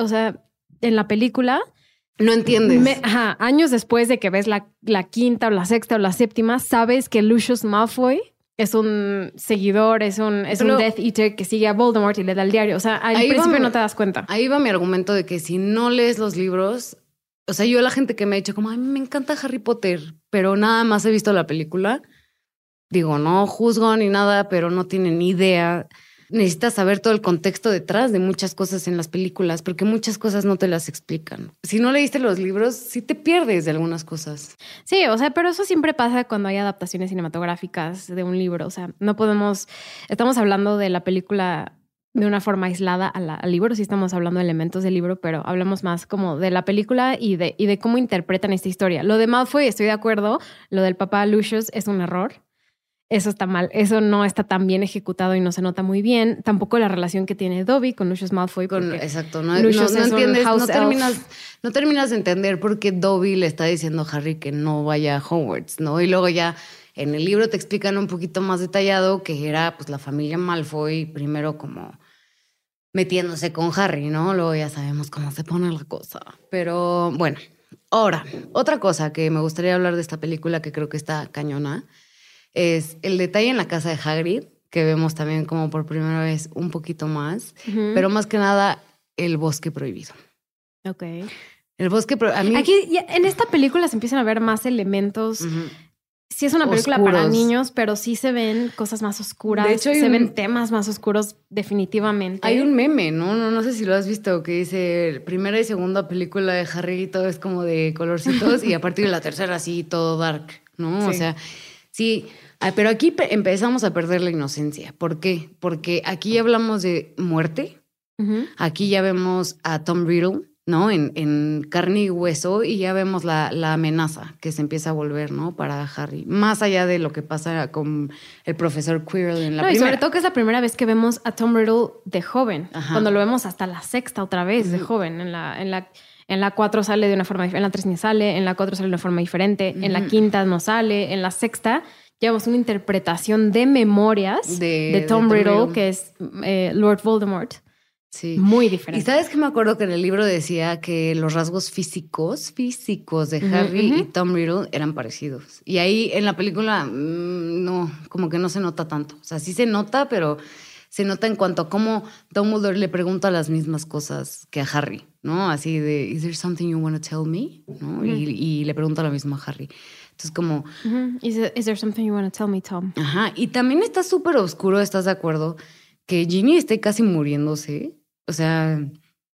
A: la película...
B: No entiendes.
A: Años después de que ves la quinta o la sexta o la séptima, sabes que Lucius Malfoy es un seguidor, es un Death Eater que sigue a Voldemort y le da el diario. O sea, al principio no te das cuenta.
B: Ahí va mi argumento de que si no lees los libros... O sea, yo la gente que me ha dicho como, ay, me encanta Harry Potter, pero nada más he visto la película. Digo, no juzgo ni nada, pero no tienen ni idea. Necesitas saber todo el contexto detrás de muchas cosas en las películas, porque muchas cosas no te las explican. Si no leíste los libros, sí te pierdes de algunas cosas.
A: Sí, o sea, pero eso siempre pasa cuando hay adaptaciones cinematográficas de un libro. O sea, estamos hablando de la película de una forma aislada al libro, sí estamos hablando de elementos del libro, pero hablamos más como de la película y de cómo interpretan esta historia. Lo de Malfoy, estoy de acuerdo, lo del papá Lucius es un error. Eso está mal, eso no está tan bien ejecutado y no se nota muy bien. Tampoco la relación que tiene Dobby con Lucius Malfoy.
B: Exacto, no entiendes, no terminas de entender por qué Dobby le está diciendo a Harry que no vaya a Hogwarts, ¿no? Y luego ya en el libro te explican un poquito más detallado que era pues la familia Malfoy primero como metiéndose con Harry, ¿no? Luego ya sabemos cómo se pone la cosa. Pero bueno, ahora, otra cosa que me gustaría hablar de esta película que creo que está cañona es el detalle en la casa de Hagrid, que vemos también como por primera vez un poquito más, pero más que nada el bosque prohibido.
A: Ok.
B: El bosque prohibido.
A: Aquí, en esta película se empiezan a ver más elementos. Sí es una película
B: oscuros
A: para niños, pero sí se ven cosas más oscuras.
B: De hecho,
A: ven temas más oscuros definitivamente.
B: Hay un meme, ¿no? No sé si lo has visto, que dice primera y segunda película de Harry y todo es como de colorcitos y a partir de la tercera sí, todo dark, ¿no? Sí. O sea, sí... pero aquí empezamos a perder la inocencia. ¿Por qué? Porque aquí hablamos de muerte. Aquí ya vemos a Tom Riddle, ¿no? En carne y hueso y ya vemos la amenaza que se empieza a volver, ¿no? Para Harry. Más allá de lo que pasa con el profesor Quirrell en la primera.
A: Y sobre todo que es la primera vez que vemos a Tom Riddle de joven. Cuando lo vemos hasta la sexta otra vez de joven. En la 4 sale de una forma diferente. En la 3 ni sale. En la 4 sale de una forma diferente. En la quinta no sale. En la sexta... llevamos una interpretación de memorias de Tom Riddle, que es Lord Voldemort.
B: Sí.
A: Muy diferente.
B: Y ¿sabes qué? Me acuerdo que en el libro decía que los rasgos físicos de Harry y Tom Riddle eran parecidos. Y ahí en la película no, como que no se nota tanto. O sea, sí se nota, pero se nota en cuanto a cómo Dumbledore le pregunta las mismas cosas que a Harry, ¿no? Así de, ¿is there something you want to tell me? ¿No? Y le pregunta lo mismo a Harry. Entonces como...
A: Is there something you want to tell me, Tom?
B: Ajá. Y también está súper oscuro, ¿estás de acuerdo? Que Ginny esté casi muriéndose. O sea,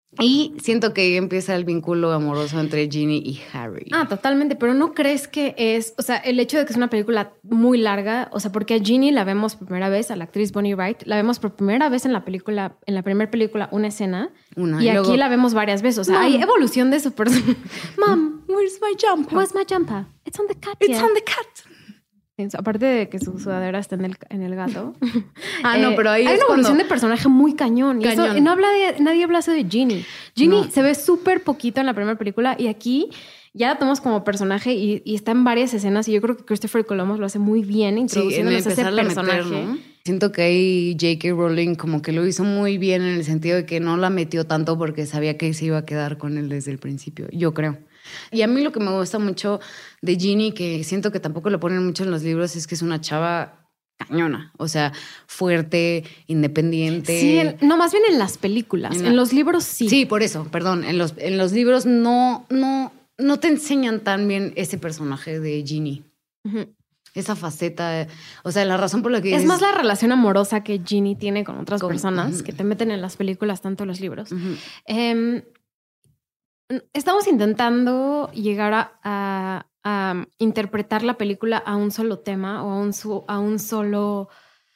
B: Y siento que ahí empieza el vínculo amoroso entre Ginny y Harry.
A: Totalmente, pero ¿no crees que es, o sea, el hecho de que es una película muy larga, o sea, porque a Ginny la vemos por primera vez, a la actriz Bonnie Wright, la vemos por primera vez en la película, en la primera película, una escena, y aquí la vemos varias veces, o sea, hay evolución de su persona.
B: Mom, where's my jumper?
A: Where's my jumper? It's on the cat.
B: It's on the cat.
A: Aparte de que su sudadera está en el gato.
B: No, pero ahí
A: hay una evolución de personaje muy cañón.
B: Cañón.
A: Y eso, nadie habla eso de Ginny. Ginny se ve súper poquito en la primera película y aquí ya la tomamos como personaje y está en varias escenas y yo creo que Christopher Columbus lo hace muy bien introduciéndonos a ese personaje.
B: Meter, ¿no? Siento que ahí J.K. Rowling como que lo hizo muy bien en el sentido de que no la metió tanto porque sabía que se iba a quedar con él desde el principio, yo creo. Y a mí lo que me gusta mucho de Ginny, que siento que tampoco lo ponen mucho en los libros, es que es una chava cañona, o sea, fuerte, independiente.
A: Sí, no, más bien en las películas. En los libros sí.
B: Sí, por eso, perdón. En los libros no te enseñan tan bien ese personaje de Ginny. Uh-huh. Esa faceta, o sea, la razón por la que...
A: Es más la relación amorosa que Ginny tiene con otras personas que te meten en las películas, tanto en los libros. Uh-huh. Estamos intentando llegar a interpretar la película a un solo tema o a un solo...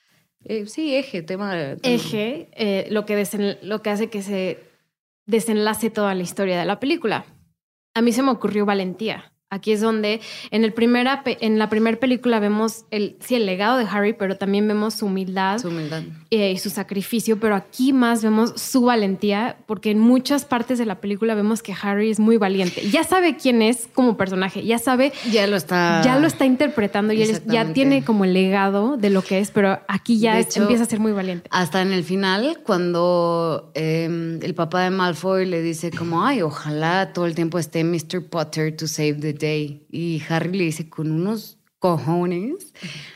B: tema.
A: Eje, lo que hace que se desenlace toda la historia de la película. A mí se me ocurrió Valentía. Aquí es donde en la primera película vemos el legado de Harry, pero también vemos su humildad. Y su sacrificio, pero aquí más vemos su valentía, porque en muchas partes de la película vemos que Harry es muy valiente. Ya sabe quién es como personaje, ya lo está interpretando y él ya tiene como el legado de lo que es, pero aquí ya empieza a ser muy valiente.
B: Hasta en el final, cuando el papá de Malfoy le dice como, ay, ojalá todo el tiempo esté Mr. Potter to save the day. Y Harry le dice con unos cojones,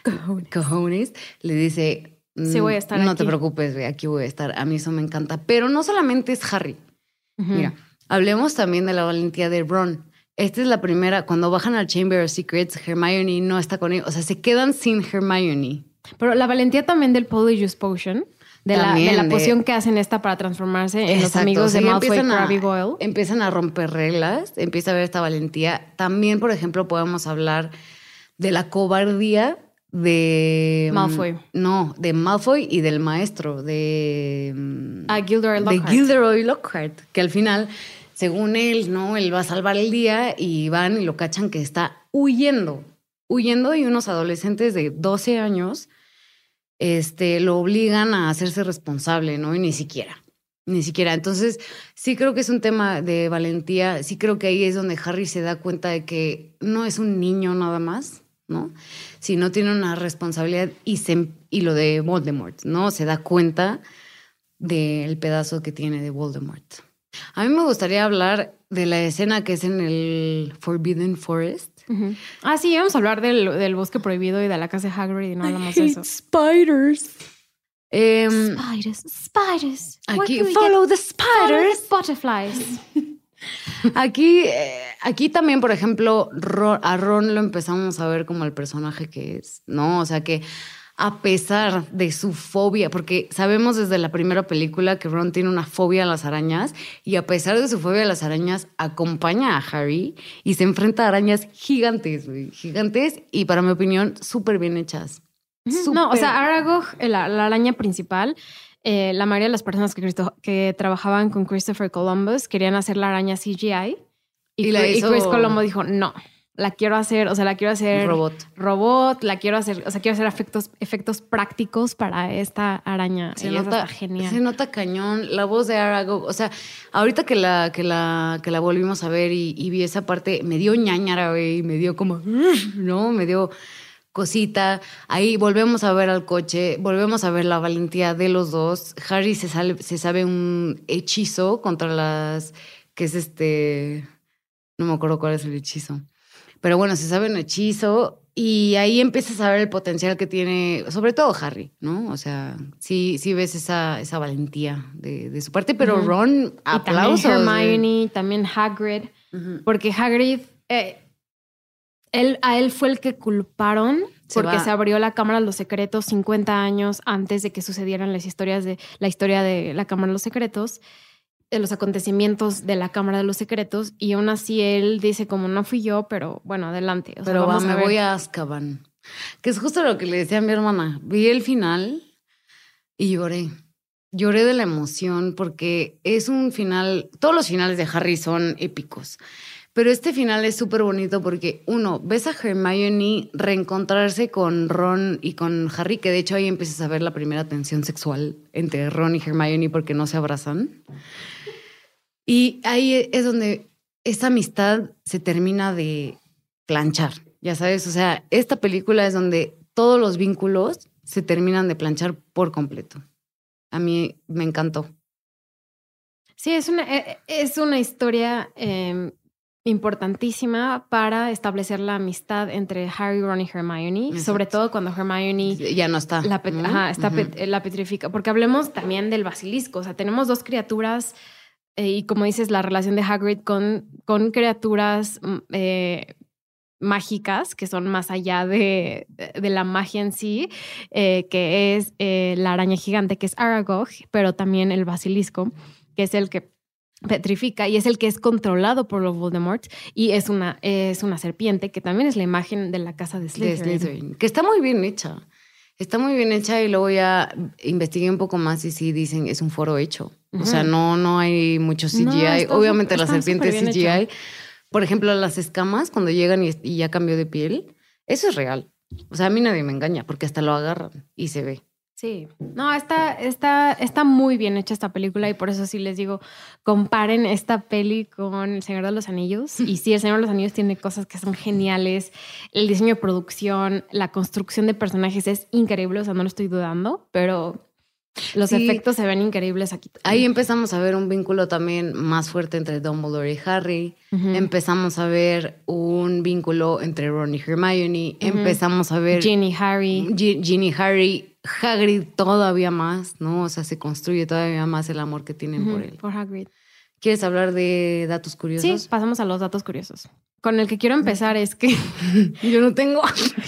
B: le dice,
A: sí, voy a estar
B: no
A: aquí.
B: Te preocupes, aquí voy a estar. A mí eso me encanta. Pero no solamente es Harry. Uh-huh. Mira, hablemos también de la valentía de Ron. Esta es la primera, cuando bajan al Chamber of Secrets, Hermione no está con ellos. O sea, se quedan sin Hermione.
A: Pero la valentía también del Polyjuice Potion, de la poción que hacen esta para transformarse en los amigos de Malfoy y Crabbe Goyle.
B: Empiezan a romper reglas, empieza a haber esta valentía. También, por ejemplo, podemos hablar de la cobardía de...
A: Malfoy.
B: De Malfoy y del maestro, de Gilderoy Lockhart, que al final, según él, ¿no? Él va a salvar el día y van y lo cachan que está huyendo y unos adolescentes de 12 años... lo obligan a hacerse responsable, ¿no? Y ni siquiera. Entonces, sí creo que es un tema de valentía. Sí creo que ahí es donde Harry se da cuenta de que no es un niño nada más, ¿no? Sino tiene una responsabilidad y lo de Voldemort, ¿no? Se da cuenta del pedazo que tiene de Voldemort. A mí me gustaría hablar de la escena que es en el Forbidden Forest.
A: Uh-huh. Sí, vamos a hablar del bosque prohibido y de la casa de Hagrid y no hablamos de eso.
B: Spiders.
A: Spiders.
B: Aquí, follow the spiders.
A: Follow the butterflies.
B: Aquí también, por ejemplo, a Ron lo empezamos a ver como el personaje que es, ¿no? O sea, que a pesar de su fobia, porque sabemos desde la primera película que Ron tiene una fobia a las arañas y a pesar de su fobia a las arañas araña a Harry y se enfrenta a arañas gigantes y para mi opinión súper bien hechas.
A: No, o sea, Aragog, la araña principal, la mayoría de las personas que trabajaban con Christopher Columbus querían hacer la araña CGI y Chris Columbus dijo no. La quiero hacer robot, quiero hacer efectos prácticos para esta araña.
B: Se nota cañón la voz de Aragog. O sea, ahorita que la volvimos a ver y vi esa parte, me dio ñañara, güey, me dio como, ¿no? Me dio cosita. Ahí volvemos a ver al coche, volvemos a ver la valentía de los dos. Harry se sabe un hechizo contra las, que es no me acuerdo cuál es el hechizo. Pero bueno, se sabe un hechizo y ahí empiezas a ver el potencial que tiene, sobre todo Harry, ¿no? O sea, sí ves esa valentía de su parte, pero uh-huh. Ron, aplausos.
A: Y también Hermione, también Hagrid, uh-huh. Porque Hagrid, a él fue el que culparon porque se abrió la Cámara de los Secretos 50 años antes de que sucedieran la historia de la Cámara de los Secretos. los acontecimientos de la Cámara de los Secretos y aún así él dice como no fui yo, pero bueno, adelante. O sea,
B: Pero
A: vamos
B: me
A: a ver.
B: voy a Azkaban. Que es justo lo que le decía a mi hermana. Vi el final y lloré. Lloré de la emoción porque es un final... Todos los finales de Harry son épicos. Pero este final es súper bonito porque, uno, ves a Hermione reencontrarse con Ron y con Harry, que de hecho ahí empiezas a ver la primera tensión sexual entre Ron y Hermione porque no se abrazan. Y ahí es donde esa amistad se termina de planchar, ya sabes. O sea, esta película es donde todos los vínculos se terminan de planchar por completo. A mí me encantó.
A: Sí, es una historia importantísima para establecer la amistad entre Harry, Ron y Hermione,
B: Exacto.
A: sobre todo cuando Hermione
B: Ya no está.
A: la petrifica. Porque hablemos también del basilisco. O sea, tenemos dos criaturas y como dices, la relación de Hagrid con criaturas mágicas que son más allá de la magia en sí, que es la araña gigante, que es Aragog, pero también el basilisco, que es el que petrifica y es el que es controlado por los Voldemort y es una serpiente que también es la imagen de la casa de Slytherin.
B: Que está muy bien hecha. Está muy bien hecha y luego ya investigué un poco más y sí dicen es un foro hecho. O sea, no hay mucho CGI. Obviamente la serpiente es CGI. Hecho. Por ejemplo, las escamas cuando llegan y ya cambió de piel, eso es real. O sea, a mí nadie me engaña porque hasta lo agarran y se ve.
A: Sí, no, está muy bien hecha esta película y por eso sí les digo, comparen esta peli con El Señor de los Anillos. Y sí, El Señor de los Anillos tiene cosas que son geniales, el diseño de producción, la construcción de personajes es increíble, o sea, no lo estoy dudando, pero los efectos se ven increíbles aquí.
B: Ahí empezamos a ver un vínculo también más fuerte entre Dumbledore y Harry. Empezamos a ver un vínculo entre Ron y Hermione. Empezamos a ver...
A: Ginny y
B: Harry... Hagrid todavía más, ¿no? O sea, se construye todavía más el amor que tienen por él.
A: Por Hagrid.
B: ¿Quieres hablar de datos curiosos?
A: Sí, pasamos a los datos curiosos. Con el que quiero empezar es que...
B: Yo no tengo...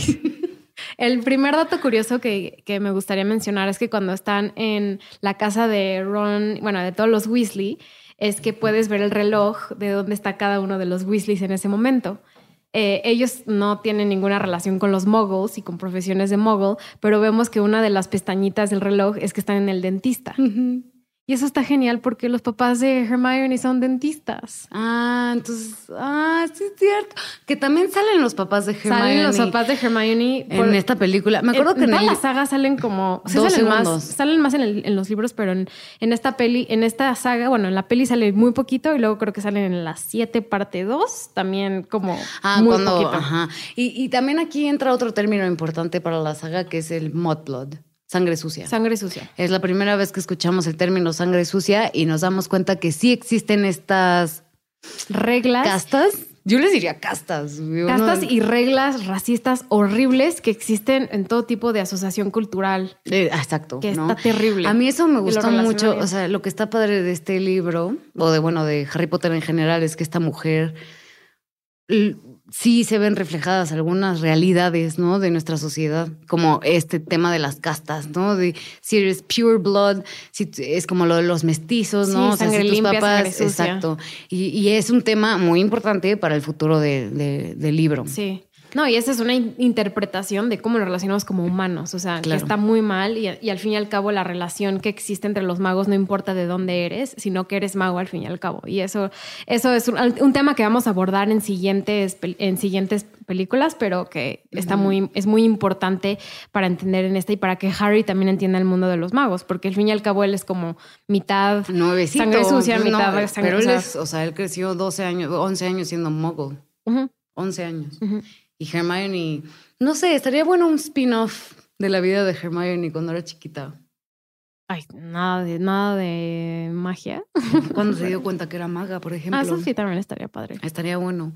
A: El primer dato curioso que me gustaría mencionar es que cuando están en la casa de Ron, bueno, de todos los Weasley, es que puedes ver el reloj de dónde está cada uno de los Weasleys en ese momento. Ellos no tienen ninguna relación con los muggles y con profesiones de muggle, pero vemos que una de las pestañitas del reloj es que están en el dentista. Y eso está genial porque los papás de Hermione son dentistas.
B: Entonces, sí es cierto. Que también salen los papás de Hermione.
A: Salen los papás de Hermione
B: en esta película. Me acuerdo que
A: en toda la saga salen como... Salen más en los libros, pero en esta saga, bueno, en la peli sale muy poquito y luego creo que salen en la 7 parte 2, también como muy poquito.
B: Ajá. Y también aquí entra otro término importante para la saga que es el mudblood. Sangre sucia.
A: Sangre sucia.
B: Es la primera vez que escuchamos el término sangre sucia y nos damos cuenta que sí existen estas
A: reglas.
B: ¿Castas? Yo les diría castas.
A: Castas y reglas racistas horribles que existen en todo tipo de asociación cultural.
B: Exacto.
A: Que está terrible.
B: A mí eso me gustó mucho. O sea, lo que está padre de este libro, o de Harry Potter en general, es que esta mujer... sí se ven reflejadas algunas realidades, ¿no? De nuestra sociedad, como este tema de las castas, ¿no? De si eres pure blood, si es como lo de los mestizos, ¿no?
A: Sí, sangre limpia, sangre sucia.
B: Exacto. Y es un tema muy importante para el futuro del libro.
A: Sí. No, y esa es una interpretación de cómo nos relacionamos como humanos. O sea, claro, que está muy mal y al fin y al cabo la relación que existe entre los magos no importa de dónde eres, sino que eres mago al fin y al cabo. Y eso es un tema que vamos a abordar en siguientes películas, pero que es muy importante para entender en esta y para que Harry también entienda el mundo de los magos, porque al fin y al cabo él es como mitad
B: nuevecito,
A: sangre sucia, mitad sangre.
B: Pero él creció 11 años siendo muggle. 11 años. Y Hermione, no sé, estaría bueno un spin-off de la vida de Hermione cuando era chiquita.
A: Ay, nada de magia.
B: Cuando se dio cuenta que era maga, por ejemplo.
A: Eso sí también estaría padre.
B: Estaría bueno.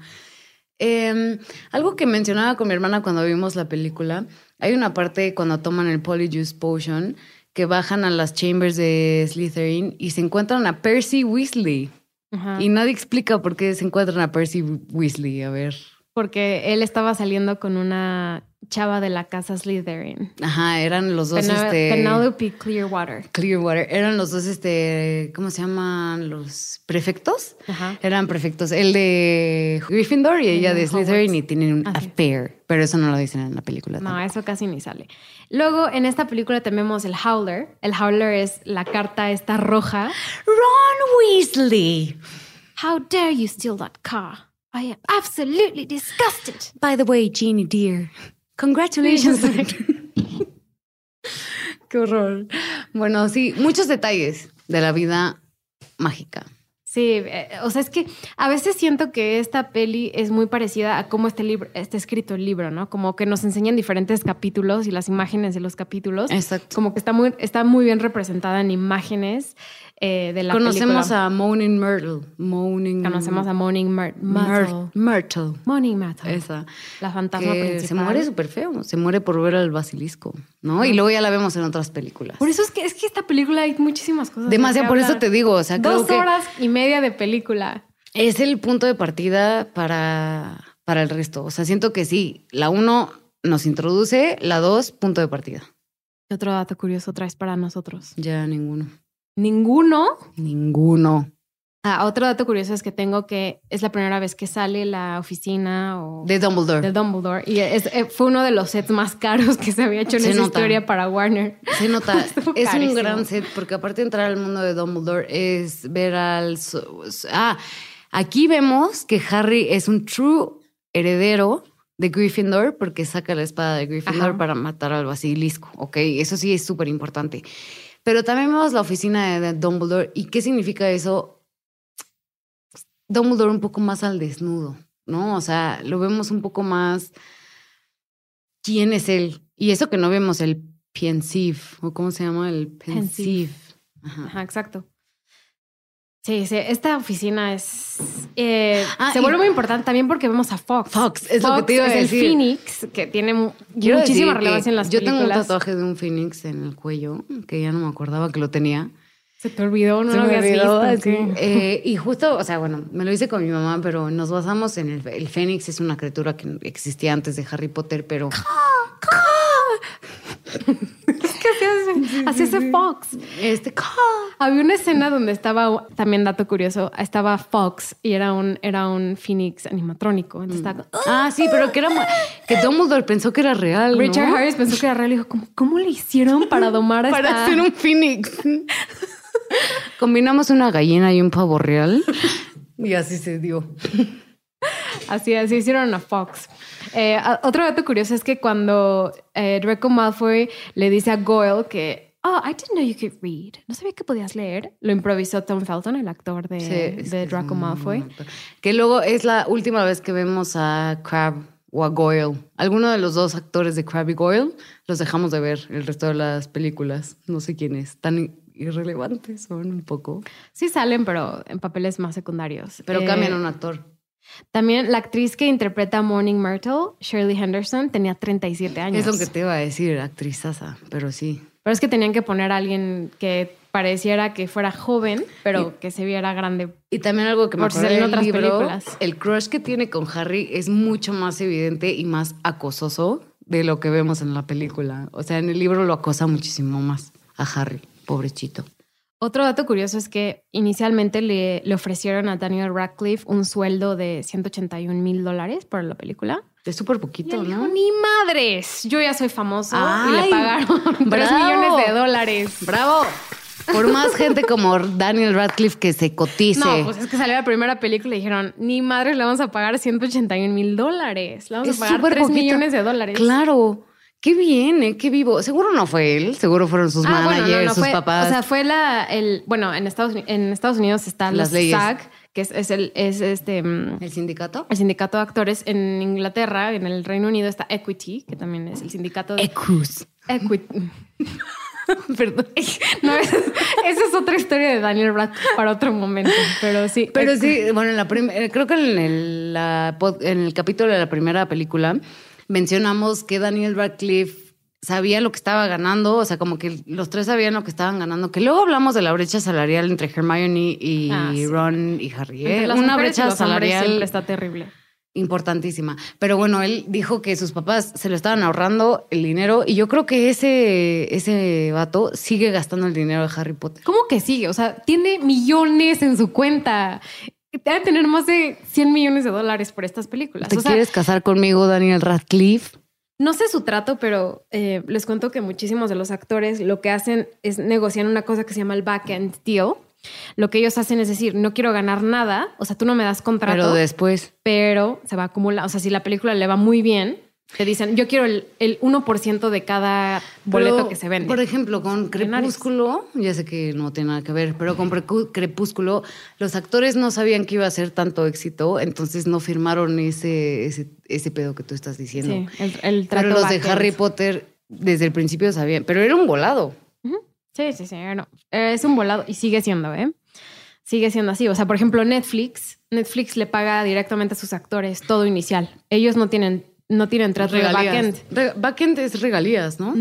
B: Algo que mencionaba con mi hermana cuando vimos la película, hay una parte cuando toman el Polyjuice Potion que bajan a las chambers de Slytherin y se encuentran a Percy Weasley. Y nadie explica por qué se encuentran a Percy Weasley. A ver...
A: porque él estaba saliendo con una chava de la casa Slytherin.
B: Ajá, eran los dos,
A: Penelope Clearwater.
B: Clearwater. Eran los dos, ¿cómo se llaman? Los prefectos.
A: Ajá.
B: Eran prefectos. Él de Gryffindor y ella de Slytherin
A: Hogwarts.
B: y tienen un affair. Pero eso no lo dicen en la película.
A: No,
B: tampoco.
A: eso casi ni sale. Luego, en esta película tenemos el Howler. El Howler es la carta esta roja.
B: Ron Weasley.
A: How dare you steal that car? I am absolutely disgusted.
B: By the way, Jeannie, dear. Congratulations. Qué horror. Bueno, sí, muchos detalles de la vida mágica.
A: Sí, o sea, es que a veces siento que esta peli es muy parecida a cómo está escrito el libro, ¿no? Como que nos enseñan diferentes capítulos y las imágenes de los capítulos.
B: Exacto.
A: Como que está muy bien representada en imágenes de la
B: Conocemos
A: película.
B: a Moaning Myrtle.
A: Conocemos a Moaning Myrtle.
B: Myrtle.
A: Moaning Myrtle.
B: Esa.
A: La fantasma
B: Que
A: principal.
B: se muere súper feo. Se muere por ver al basilisco, ¿no? Y luego ya la vemos en otras películas.
A: Por eso es que esta película hay muchísimas cosas.
B: Demasiado, por eso te digo. O sea, creo
A: 2
B: que
A: horas y media de película.
B: es el punto de partida para el resto. O sea, siento que sí. La 1 nos introduce, la 2, punto de partida.
A: ¿Qué otro dato curioso traes para nosotros?
B: Ya ninguno.
A: ¿Ninguno?
B: Ninguno.
A: Otro dato curioso es que tengo que es la primera vez que sale la oficina
B: De Dumbledore.
A: de Dumbledore y fue uno de los sets más caros que se había hecho en
B: Se
A: esa
B: nota.
A: historia para Warner.
B: Se nota.
A: Estuvo
B: Es un
A: carísimo.
B: gran set porque aparte de entrar al mundo de Dumbledore es ver aquí vemos que Harry es un true heredero de Gryffindor porque saca la espada de Gryffindor
A: Ajá.
B: para matar al basilisco, ¿ok? Eso sí es súper importante. Pero también vemos la oficina de Dumbledore. ¿Y qué significa eso? Dumbledore un poco más al desnudo, ¿no? O sea, lo vemos un poco más... ¿Quién es él? Y eso que no vemos el pensive, o ¿cómo se llama? El pensive. Ajá.
A: Ajá, exacto. Sí, esta oficina se vuelve muy importante también porque vemos a Fox.
B: Fox, es lo que te iba a
A: es
B: decir.
A: el Phoenix, que tiene
B: Quiero
A: muchísima
B: decir
A: relevancia
B: que
A: en las
B: yo
A: películas.
B: tengo un tatuaje de un Phoenix en el cuello, que ya no me acordaba que lo tenía.
A: Se te olvidó, no
B: Se
A: lo
B: me
A: habías
B: olvidó,
A: visto.
B: así.
A: ¿Qué?
B: Y justo, o sea, bueno, me lo hice con mi mamá, pero nos basamos en el Fénix. Es una criatura que existía antes de Harry Potter, pero...
A: Así hace Fox. Había una escena donde estaba, también dato curioso, estaba Fox y era un Phoenix animatrónico. Entonces estaba...
B: Sí, pero que Dumbledore pensó que era real, ¿no?
A: Richard Harris pensó que era real y dijo, ¿cómo le hicieron para domar a
B: Para
A: esta...
B: hacer un Phoenix. Combinamos una gallina y un pavo real y así se dio.
A: Así hicieron a Fox. Otro dato curioso es que cuando Draco Malfoy le dice a Goyle que I didn't know you could read. No sabía que podías leer. Lo improvisó Tom Felton, el actor de Draco Malfoy.
B: Que luego es la última vez que vemos a Crabbe o a Goyle. Alguno de los dos actores de Crabbe y Goyle los dejamos de ver el resto de las películas. No sé quiénes. Tan irrelevantes son un poco.
A: Sí salen, pero en papeles más secundarios.
B: Pero cambian un actor.
A: También la actriz que interpreta a Moaning Myrtle, Shirley Henderson, tenía 37 años.
B: Es lo que te iba a decir, actrizaza, pero sí.
A: Pero es que tenían que poner a alguien que pareciera que fuera joven, pero que se viera grande.
B: Y también algo que me
A: Por si
B: acordé
A: salen
B: del
A: otras
B: libro,
A: películas.
B: el crush que tiene con Harry es mucho más evidente y más acososo de lo que vemos en la película. O sea, en el libro lo acosa muchísimo más a Harry, pobrecito.
A: Otro dato curioso es que inicialmente le ofrecieron a Daniel Radcliffe un sueldo de $181,000 por la película.
B: Es súper
A: Y
B: poquito,
A: él dijo,
B: ¿no?
A: ni madres, yo ya soy famoso.
B: ¡Ay!
A: Y le pagaron $3 millones.
B: ¡Bravo! Por más gente como Daniel Radcliffe que se cotice.
A: No, pues es que salió la primera película y dijeron, ni madres, le vamos a pagar $181,000. Le vamos
B: Es
A: a pagar
B: súper
A: $3
B: poquito.
A: millones.
B: Claro. Qué bien, qué vivo. Seguro no fue él, seguro fueron sus managers, sus
A: fue,
B: papás.
A: O sea, fue bueno, en Estados Unidos está
B: Las
A: los
B: leyes.
A: SAG, que es
B: ¿El sindicato?
A: el sindicato de actores. En Inglaterra, en el Reino Unido está Equity, que también es el sindicato de
B: Ecus.
A: Equity. Perdón. No, esa es otra historia de Daniel Radcliffe para otro momento, pero sí.
B: Pero sí, bueno, creo que en el capítulo de la primera película mencionamos que Daniel Radcliffe sabía lo que estaba ganando, o sea, como que los tres sabían lo que estaban ganando, que luego hablamos de la brecha salarial entre Hermione y
A: sí.
B: Ron y Harry.
A: Entre las
B: Una
A: mujeres y
B: brecha
A: los hombres
B: salarial
A: siempre está terrible.
B: importantísima. Pero bueno, él dijo que sus papás se lo estaban ahorrando el dinero y yo creo que ese vato sigue gastando el dinero de Harry Potter.
A: ¿Cómo que sigue? O sea, tiene millones en su cuenta. Debe tener más de $100 millones por estas películas.
B: ¿Te quieres casar conmigo, Daniel Radcliffe?
A: No sé su trato, pero les cuento que muchísimos de los actores lo que hacen es negociar una cosa que se llama el back-end deal. Lo que ellos hacen es decir, no quiero ganar nada, o sea, tú no me das contrato.
B: Pero después.
A: Pero se va a acumular. O sea, si la película le va muy bien, te dicen, yo quiero el 1% de cada boleto que se vende.
B: Por ejemplo, con Crepúsculo, ya sé que no tiene nada que ver, pero con Crepúsculo, los actores no sabían que iba a ser tanto éxito, entonces no firmaron ese pedo que tú estás diciendo.
A: Sí, el trato.
B: Pero los de Harry Potter desde el principio sabían, pero era un volado.
A: Sí, no. Es un volado y sigue siendo, Sigue siendo así. O sea, por ejemplo, Netflix le paga directamente a sus actores todo inicial. Ellos no tienen trato de backend.
B: Backend es regalías, ¿no?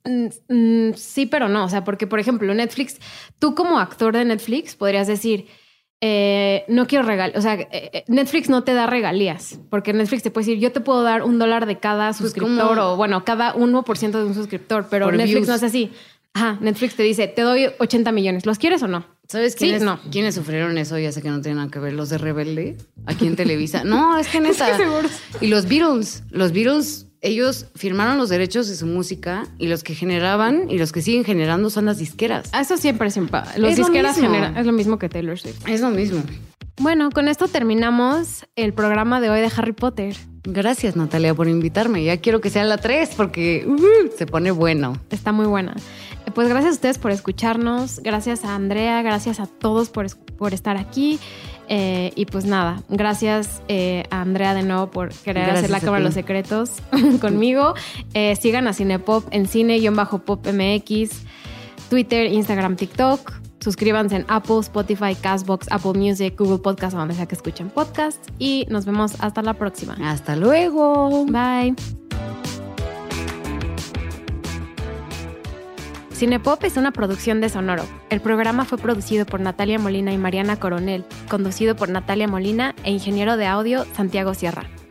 A: Sí, pero no. O sea, porque, por ejemplo, Netflix, tú como actor de Netflix podrías decir, no quiero regalías. O sea, Netflix no te da regalías, porque Netflix te puede decir, yo te puedo dar $1 de cada suscriptor o, bueno, cada 1% de un suscriptor, pero
B: por
A: Netflix
B: views.
A: No es así. Ajá, Netflix te dice, te doy 80 millones. ¿Los quieres o no?
B: ¿Sabes quiénes,
A: sí, no.
B: quiénes sufrieron eso? Ya sé que no tiene nada que ver. Los de Rebelde, aquí en Televisa. No, es que neta.
A: Es que seguro.
B: Y los Beatles, ellos firmaron los derechos de su música y los que generaban y los que siguen generando son las disqueras.
A: Eso siempre. Los disqueras generan. Es lo mismo que Taylor Swift.
B: Es lo mismo.
A: Bueno, con esto terminamos el programa de hoy de Harry Potter.
B: Gracias, Natalia, por invitarme. Ya quiero que sea la 3 porque se pone bueno.
A: Está muy buena. Pues gracias a ustedes por escucharnos. Gracias a Andrea. Gracias a todos por estar aquí. Y pues nada, gracias a Andrea de nuevo por querer hacer la Cámara de los Secretos conmigo. Sigan a Cinepop en cine-pop MX, Twitter, Instagram, TikTok. Suscríbanse en Apple, Spotify, Castbox, Apple Music, Google Podcast, o donde sea que escuchen podcasts. Y nos vemos hasta la próxima.
B: Hasta luego.
A: Bye. Cinepop es una producción de Sonoro. El programa fue producido por Natalia Molina y Mariana Coronel, conducido por Natalia Molina e ingeniero de audio Santiago Sierra.